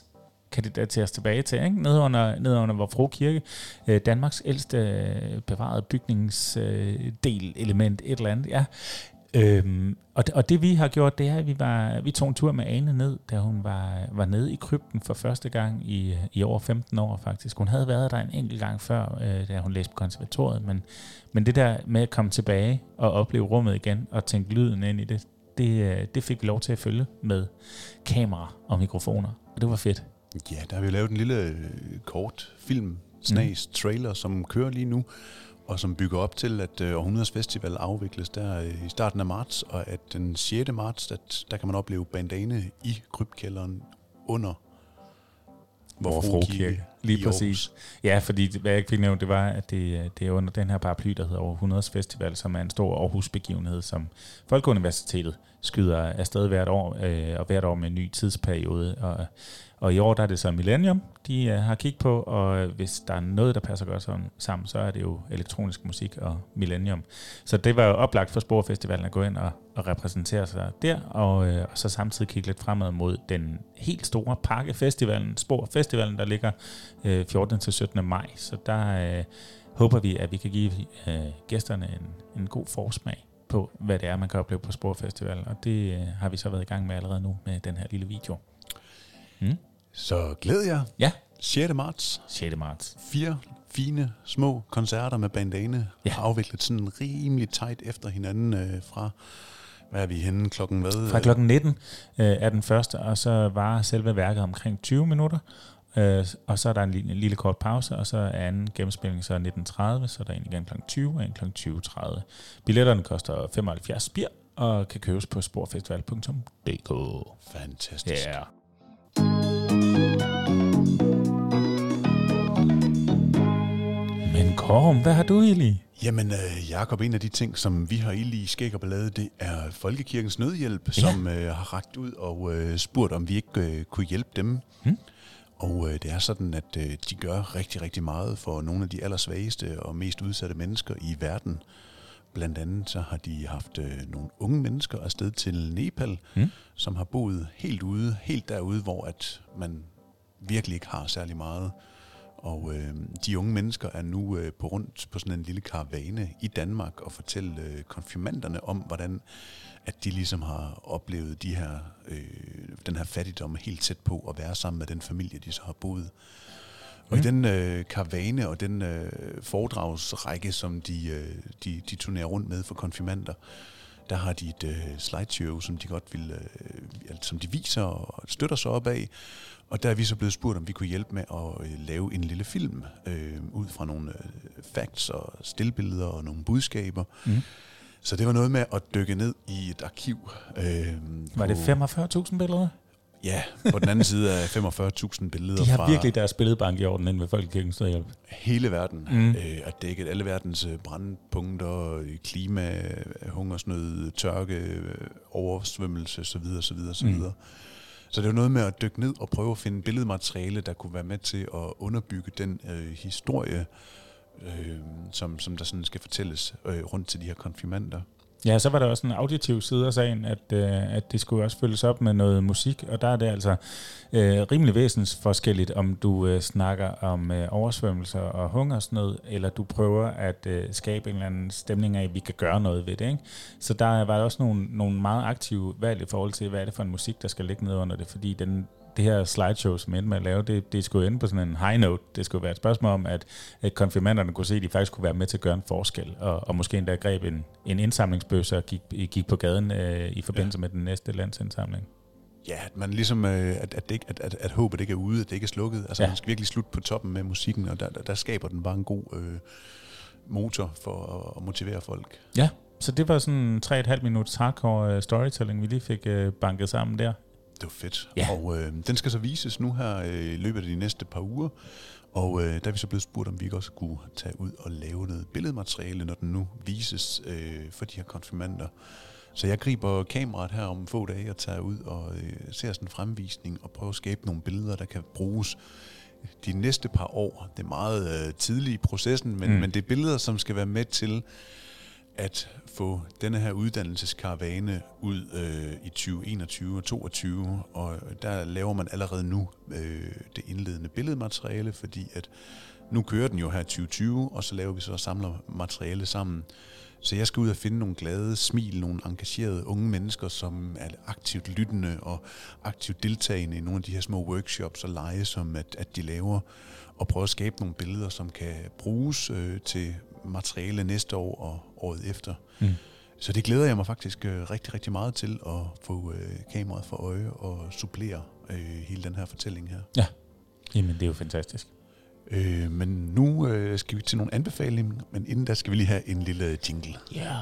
kan det datere os tilbage til, ikke? Nede under, nede under Vor Frue Kirke, øh, Danmarks ældste øh, bevarede bygningsdel, øh, element, et eller andet, ja. Øhm, og, det, og det vi har gjort, det er, at vi, var, vi tog en tur med Ane ned, da hun var, var nede i krypten for første gang i, i over femten år faktisk. Hun havde været der en enkelt gang før, øh, da hun læste på konservatoriet, men, men det der med at komme tilbage og opleve rummet igen og tænke lyden ind i det, det, det fik vi lov til at følge med kamera og mikrofoner, og det var fedt. Ja, der har vi lavet en lille kort film, snas, mm. trailer, som kører lige nu, og som bygger op til, at øh, Århundredes Festival afvikles der øh, i starten af marts, og at den sjette marts, at, der kan man opleve Bandane i krybkælderen under Vor Frue Kirke. Lige præcis. Ja, fordi hvad jeg ikke fik nævnt, det var, at det, det er under den her paraply, der hedder Århundredes Festival, som er en stor Aarhus-begivenhed, som Folkeuniversitetet skyder afsted hvert år, øh, og hvert år med en ny tidsperiode. Og, og i år der er det så Millennium, de øh, har kigget på, og hvis der er noget, der passer godt sammen, så er det jo elektronisk musik og Millennium. Så det var jo oplagt for Sporfestivalen at gå ind og, og repræsentere sig der, og, øh, og så samtidig kigge lidt fremad mod den helt store Pakkefestivalen, Sporfestivalen, der ligger øh, fjortende til syttende maj. Så der øh, håber vi, at vi kan give øh, gæsterne en, en god forsmag på, hvad det er, man kan opleve på Sporfestivalen, og det øh, har vi så været i gang med allerede nu med den her lille video. Mm. Så glæd jer. Ja. sjette marts. sjette marts. Fire fine, små koncerter med Bandane. Ja. Har afviklet sådan rimelig tight efter hinanden øh, fra, hvad er vi henne, klokken hvad? Fra klokken nitten øh, er den første, og så varer selve værket omkring tyve minutter. Øh, og så er der en lille, en lille kort pause, og så er anden gennemspilning så nitten tredive, så er der en igen klokken tyve og en klokken tyve tredive. Billetterne koster femoghalvfjerds spir og kan købes på sporfestival punktum d k. Fantastisk. Ja. Yeah. Men Korm, hvad har du egentlig? Jamen, øh, Jakob, en af de ting, som vi har i Skæg og Ballade, det er Folkekirkens Nødhjælp, ja. som øh, har rakt ud og øh, spurgt, om vi ikke øh, kunne hjælpe dem. Hmm? Og øh, det er sådan, at øh, de gør rigtig, rigtig meget for nogle af de allersvageste og mest udsatte mennesker i verden. Blandt andet så har de haft øh, nogle unge mennesker afsted til Nepal, hmm? som har boet helt ude, helt derude, hvor at man virkelig ikke har særlig meget. Og øh, de unge mennesker er nu øh, på rundt på sådan en lille karavane i Danmark og fortælle øh, konfirmanderne om, hvordan at de ligesom har oplevet de her, øh, den her fattigdom helt tæt på at være sammen med den familie, de så har boet. Og mm. i den øh, karavane og den øh, foredragsrække, som de, øh, de, de turnerer rundt med for konfirmander, der har de et øh, slideshow, som de godt vil, øh, som de viser og støtter sig op af. Og der er vi så blevet spurgt, om vi kunne hjælpe med at øh, lave en lille film øh, ud fra nogle øh, facts og stillbilleder og nogle budskaber. Mm. Så det var noget med at dykke ned i et arkiv. Øh, var det femogfyrre tusind billeder? Ja, på den anden side af femogfyrre tusind billeder. De har fra virkelig deres billedbank i orden inde ved Folkekirkens Nødhjælp. Hele verden. Mm. Øh, at dækket alle verdens brandpunkter, klima, hungersnød, tørke, oversvømmelse osv. osv. osv. Mm. Så det er noget med at dykke ned og prøve at finde billedmateriale, der kunne være med til at underbygge den øh, historie, øh, som, som der sådan skal fortælles øh, rundt til de her konfirmander. Ja, så var der også en auditiv side af sagen, at, øh, at det skulle også følges op med noget musik, og der er det altså øh, rimelig væsensforskelligt, om du øh, snakker om øh, oversvømmelser og hungersnød, eller du prøver at øh, skabe en eller anden stemning af, at vi kan gøre noget ved det, ikke? Så der var også nogle, nogle meget aktive valg i forhold til, hvad er det for en musik, der skal ligge ned under det, fordi den det her slideshow, som endte med at lave, det, det skulle ende på sådan en high note. Det skulle være et spørgsmål om, at, at konfirmanderne kunne se, at de faktisk kunne være med til at gøre en forskel, og, og måske endda greb en, en indsamlingsbøsse og gik, gik på gaden øh, i forbindelse ja. med den næste landsindsamling. Ja, at man ligesom, øh, at, at, det ikke, at, at, at håbet ikke er ude, at det ikke er slukket. Altså ja. man skal virkelig slutte på toppen med musikken, og der, der, der skaber den bare en god øh, motor for at, at motivere folk. Ja, så det var sådan tre og et halvt minuts hardcore storytelling, vi lige fik øh, banket sammen der. Det var fedt. Ja. Og øh, den skal så vises nu her øh, i løbet af de næste par uger. Og øh, der er vi så blevet spurgt, om vi ikke også kunne tage ud og lave noget billedmateriale, når den nu vises øh, for de her konfirmander. Så jeg griber kameraet her om få dage og tager ud og øh, ser sådan en fremvisning og prøver at skabe nogle billeder, der kan bruges de næste par år. Det er meget øh, tidligt i processen, men, mm. men det er billeder, som skal være med til at få denne her uddannelseskaravane ud øh, i tyve enogtyve og toogtyve, og der laver man allerede nu øh, det indledende billedmateriale, fordi at nu kører den jo her tyve tyve, og så laver vi så og samler materiale sammen. Så jeg skal ud og finde nogle glade smil, nogle engagerede unge mennesker, som er aktivt lyttende og aktivt deltagende i nogle af de her små workshops og lege, som at, at de laver, og prøve at skabe nogle billeder, som kan bruges øh, til materiale næste år og året efter. Mm. Så det glæder jeg mig faktisk øh, rigtig, rigtig meget til at få øh, kameraet for øje og supplere øh, hele den her fortælling her. Ja, jamen det er jo fantastisk. Øh, men nu øh, skal vi til nogle anbefalinger, men inden da skal vi lige have en lille jingle. Ja. Yeah.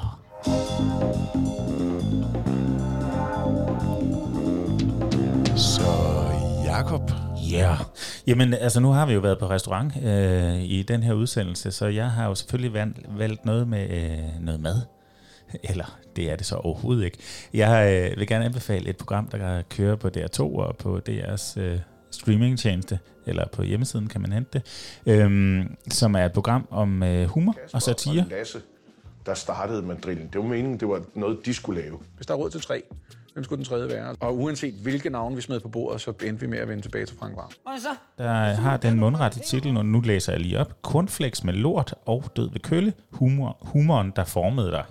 Så Jakob. Ja, yeah. Jamen altså nu har vi jo været på restaurant øh, i den her udsendelse, så jeg har jo selvfølgelig valgt, valgt noget med øh, noget mad. Eller det er det så overhovedet ikke. Jeg øh, vil gerne anbefale et program, der kan køre på D R to og på D R's øh, streamingtjeneste, eller på hjemmesiden kan man hente det, øhm, som er et program om øh, humor og satire. Og Lasse, der startede Mandrillen. Det var meningen, det var noget, de skulle lave. Hvis der er råd til tre, hvem skulle den tredje være? Og uanset hvilke navne vi smed på bordet, så endte vi med at vende tilbage til Frank Varm. Der har den mundrette titel, og nu læser jeg lige op. Cornflakes med lort og død ved kølle. Humor, humoren, der formede dig.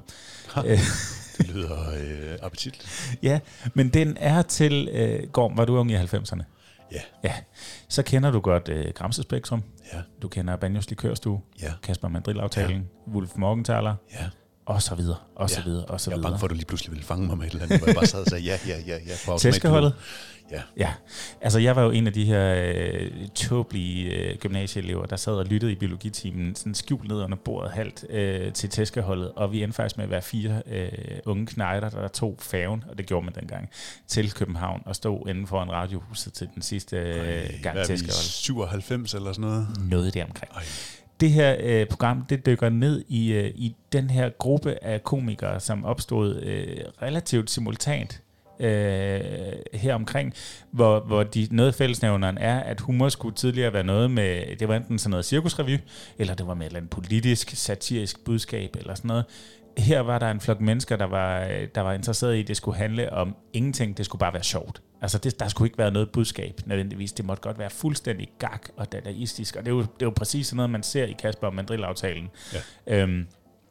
Det lyder øh, appetitligt. Ja, men den er til... Øh, Gorm, var du ung i halvfemserne? Ja. Ja. Så kender du godt øh, Gramsespektrum. Ja. Du kender Banjos Likørstue. Ja. Kasper Mandrill-aftalen. Ja. Wolf Morgenthaler. Ja. Og så videre, og ja. så videre, og så videre. videre. Jeg er bange for, at du lige pludselig ville fange mig med et eller andet, hvor jeg bare sad og sagde ja, ja, ja, ja. Tæskeholdet? Ja. Ja, altså jeg var jo en af de her øh, tåbelige øh, gymnasieelever, der sad og lyttede i biologitimen, sådan skjult ned under bordet halvt øh, til tæskeholdet, og vi endte faktisk med at være fire øh, unge knejder, der tog færgen, og det gjorde man dengang, til København og stod inden for en radiohuset til den sidste øh, gang tæskeholdet. syvoghalvfems eller sådan noget? Noget der omkring. Ej. Det her øh, program, det dykker ned i, øh, i den her gruppe af komikere, som opstod øh, relativt simultant øh, her omkring, hvor, hvor de, noget fællesnævneren er, at humor skulle tidligere være noget med, det var enten sådan noget cirkusrevy, eller det var med et eller andet politisk, satirisk budskab, eller sådan noget. Her var der en flok mennesker, der var, der var interesseret i, at det skulle handle om ingenting, det skulle bare være sjovt. Altså, det, der skulle ikke være noget budskab nødvendigvis. Det måtte godt være fuldstændig gak og dadaistisk, og det er jo, det er jo præcis sådan noget, man ser i Kasper Mandrill-aftalen. Ja. Øhm,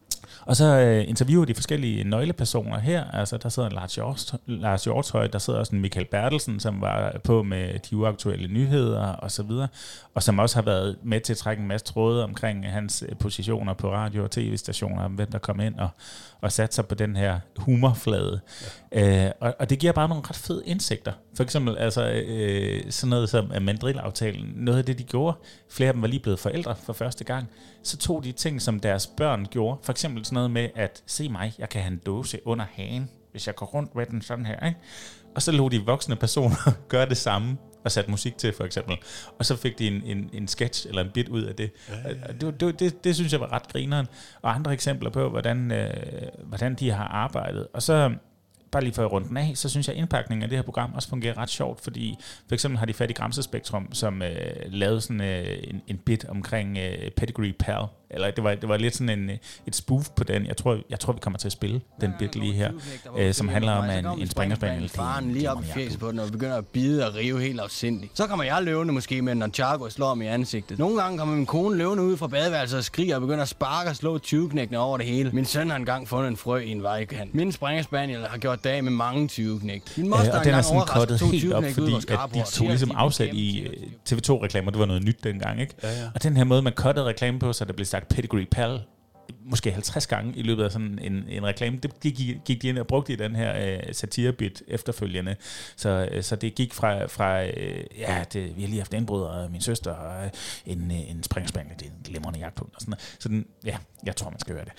og så øh, interviewer de forskellige nøglepersoner her. Altså, der sidder Lars, Hjort, Lars Hjortshøj, der sidder også en Michael Bertelsen, som var på med de uaktuelle nyheder og så videre, og som også har været med til at trække en masse tråde omkring hans positioner på radio- og tv-stationer, hvem der kom ind og, og satte sig på den her humorflade. Ja. Øh, og, og det giver bare nogle ret fede indsigter. For eksempel altså, øh, sådan noget som Mandrill-aftalen. Noget af det, de gjorde, flere af dem var lige blevet forældre for første gang, så tog de ting, som deres børn gjorde. For eksempel sådan noget med, at se mig, jeg kan have en dåse under hagen, hvis jeg går rundt med den sådan her. Ikke? Og så lod de voksne personer gøre det samme, og satte musik til, for eksempel. Og så fik de en, en, en sketch eller en bit ud af det. Ja, ja, ja. Det, det, det. Det synes jeg var ret grineren. Og andre eksempler på, hvordan, øh, hvordan de har arbejdet. Og så, bare lige for at runde den af, så synes jeg, at indpakningen af det her program også fungerer ret sjovt, fordi for eksempel har de fat i Gramsespektrum, som øh, lavede sådan øh, en, en bit omkring øh, Pedigree Pal. Eller det var, det var lidt sådan en, et spoof på den. Jeg tror, jeg tror vi kommer til at spille den bit lige her, øh, som handler om en, en springerspaniel. Faren lige op i fjeset på den, og begynder at bide og rive helt afsindigt. Så kommer jeg løvende måske med, når Chargo slår ham i ansigtet. Nogle gange kommer min kone løvende ud fra badeværelset og skriger og begynder at sparke og slå tyveknækkene over det hele. Min søn har engang fundet en frø i en vejkant. Min springerspaniel har gjort dag med mange tyveknæk. Min moster øh, og den er sådan kottet helt op, fordi at de tog ligesom afsat i T V to-reklamer. Det var noget nyt dengang, ikke? Ja, ja. Og den her måde, man kottede reklame på, så der blev sagt Pedigree Pal måske halvtreds gange i løbet af sådan en, en reklame. Det gik, gik de ind og brugte i den her øh, satirebit efterfølgende. Så, øh, så det gik fra, fra øh, ja, det, vi har lige haft indbrud, og min søster og en, en springerspaniel, det er en glimrende jagthund og sådan noget. Så den, ja, jeg tror, man skal høre det.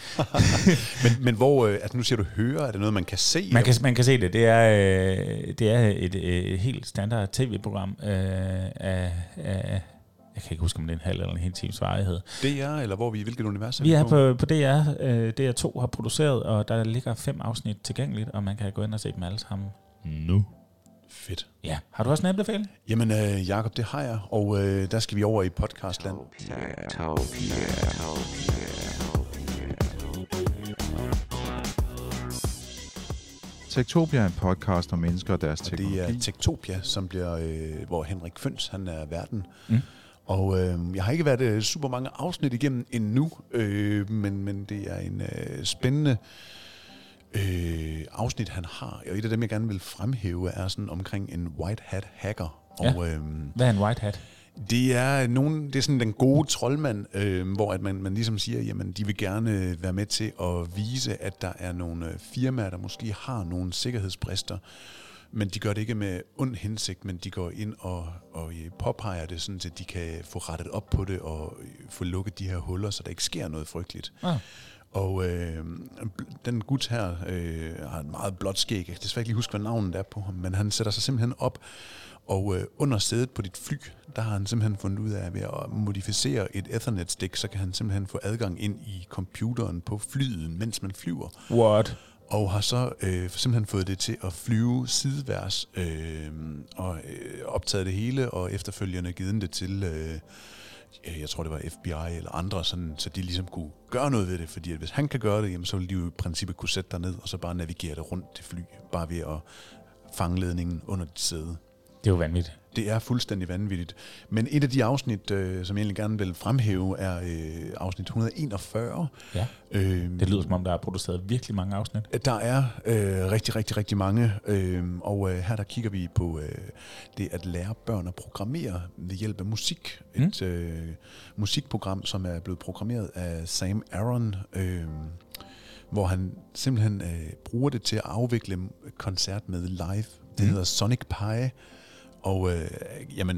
men, men hvor, øh, altså nu siger du høre, er det noget, man kan se? Man kan, man kan se det. Det er, øh, det er et, et helt standard tv-program øh, af... af jeg kan ikke huske, om det er en halv eller en hel times varighed. D R, eller hvor vi i hvilket univers er vi, vi er på, på D R. Øh, D R to har produceret, og der ligger fem afsnit tilgængeligt, og man kan gå ind og se dem alle sammen nu. Fedt. Ja. Har du også en anbefaling? Jamen, øh, Jakob, det har jeg, og øh, der skal vi over i podcastland. Topia, Topia, Topia, Topia, Topia. Techtopia er en podcast om mennesker og deres teknologi. Det er Techtopia, som bliver, øh, hvor Henrik Føns, han er verden. Mm. Og øh, jeg har ikke været øh, super mange afsnit igennem endnu, øh, men, men det er en øh, spændende øh, afsnit, han har. Og et af dem, jeg gerne vil fremhæve, er sådan omkring en white hat hacker. Ja. Og, øh, Hvad er en white hat? Det er nogen, det er sådan den gode troldmand, øh, hvor at man, man ligesom siger, jamen de vil gerne være med til at vise, at der er nogle firmaer, der måske har nogle sikkerhedsbrister, men de gør det ikke med ond hensigt, men de går ind og, og påpeger det, sådan at de kan få rettet op på det og få lukket de her huller, så der ikke sker noget frygteligt. Ah. Og øh, den gut her øh, har en meget blåt skæg. Jeg kan desværre ikke lige huske, hvad navnet er på ham, men han sætter sig simpelthen op, og øh, under sædet på dit fly, der har han simpelthen fundet ud af, at ved at modificere et Ethernet-stik, så kan han simpelthen få adgang ind i computeren på flyet, mens man flyver. What? Og har så øh, simpelthen fået det til at flyve sideværs, øh, og øh, optaget det hele, og efterfølgende givet det til, øh, jeg tror det var F B I eller andre, sådan, så de ligesom kunne gøre noget ved det, fordi at hvis han kan gøre det, jamen, så ville de jo i princippet kunne sætte ned og så bare navigere det rundt til fly, bare ved at fange ledningen under dit sæde. Det er jo vanvittigt. Det er fuldstændig vanvittigt. Men et af de afsnit, øh, som jeg egentlig gerne vil fremhæve, er øh, afsnit et hundrede og enogfyrre. Ja, øh, det lyder som om, der er produceret virkelig mange afsnit. Der er øh, rigtig, rigtig, rigtig mange. Øh, og øh, her der kigger vi på øh, det at lære børn at programmere ved hjælp af musik. Mm. Et øh, musikprogram, som er blevet programmeret af Sam Aaron, øh, hvor han simpelthen øh, bruger det til at afvikle koncert med live. Det mm. hedder Sonic Pi. Og øh, jamen,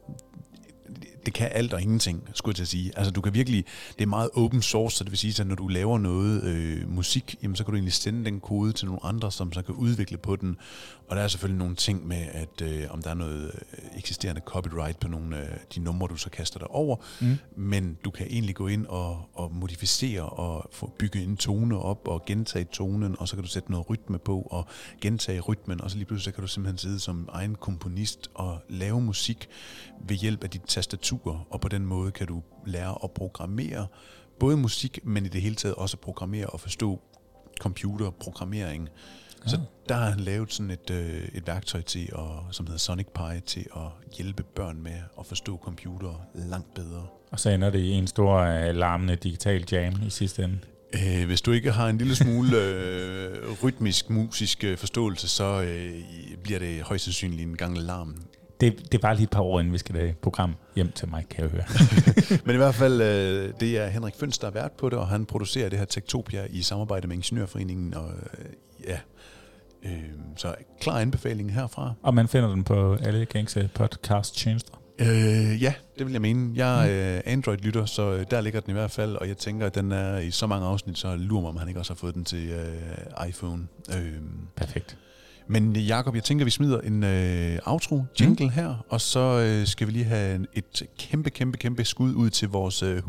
det kan alt og ingenting, skulle jeg til at sige. Altså du kan virkelig, det er meget open source, så det vil sige, at når du laver noget øh, musik, jamen, så kan du egentlig sende den kode til nogle andre, som så kan udvikle på den. Og der er selvfølgelig nogle ting med, at øh, om der er noget eksisterende copyright på nogle af de numre, du så kaster dig over. Mm. Men du kan egentlig gå ind og, og modificere og få bygge en tone op og gentage tonen, og så kan du sætte noget rytme på og gentage rytmen, og så lige pludselig så kan du simpelthen sidde som egen komponist og lave musik ved hjælp af dit tastatur, og på den måde kan du lære at programmere både musik, men i det hele taget også programmere og forstå computerprogrammering. Ja. Så der har han lavet sådan et, øh, et værktøj til, at, som hedder Sonic Pi, til at hjælpe børn med at forstå computer langt bedre. Og så ender det i en stor øh, larmende digital jam i sidste ende. Øh, hvis du ikke har en lille smule øh, rytmisk, musisk øh, forståelse, så øh, bliver det højst sandsynligt en gang larm. Det, det er bare lige et par år, inden vi skal have et program hjem til mig, kan jeg høre. Men i hvert fald, øh, det er Henrik Føns, der er vært på det, og han producerer det her Techtopia i samarbejde med Ingeniørforeningen. Og, øh, ja, øh, så klar anbefaling herfra. Og man finder den på alle gængse podcast-tjenester. Øh, ja, det vil jeg mene. Jeg er øh, Android-lytter, så øh, der ligger den i hvert fald, og jeg tænker, at den er i så mange afsnit, så lurer mig, om han ikke også har fået den til øh, iPhone. Øh, Perfekt. Men Jakob, jeg tænker, vi smider en øh, outro jingle mm. her, og så øh, skal vi lige have et kæmpe, kæmpe, kæmpe skud ud til vores øh,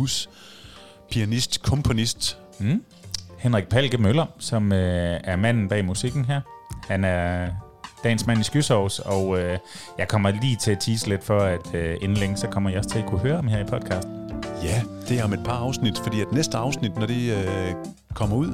huspianist, komponist. Mm. Henrik Palke Møller, som øh, er manden bag musikken her. Han er dagens mand i skysovs, og øh, jeg kommer lige til at tease lidt for, at øh, inden længe, så kommer jeg også til at kunne høre ham her i podcasten. Ja, det er om et par afsnit, fordi at næste afsnit, når det øh, kommer ud,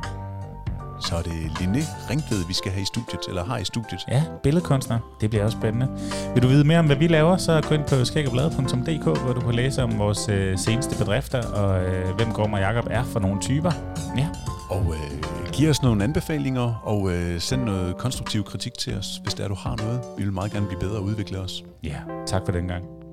så er det Linné Ringtved, vi skal have i studiet, eller har i studiet. Ja, billedkunstner. Det bliver også spændende. Vil du vide mere om, hvad vi laver, så gå ind på skægogbladet punktum d k, hvor du kan læse om vores øh, seneste bedrifter, og øh, hvem Gorm og Jakob er for nogle typer. Ja. Og øh, giv os nogle anbefalinger, og øh, send noget konstruktiv kritik til os, hvis der du har noget. Vi vil meget gerne blive bedre og udvikle os. Ja, tak for den gang.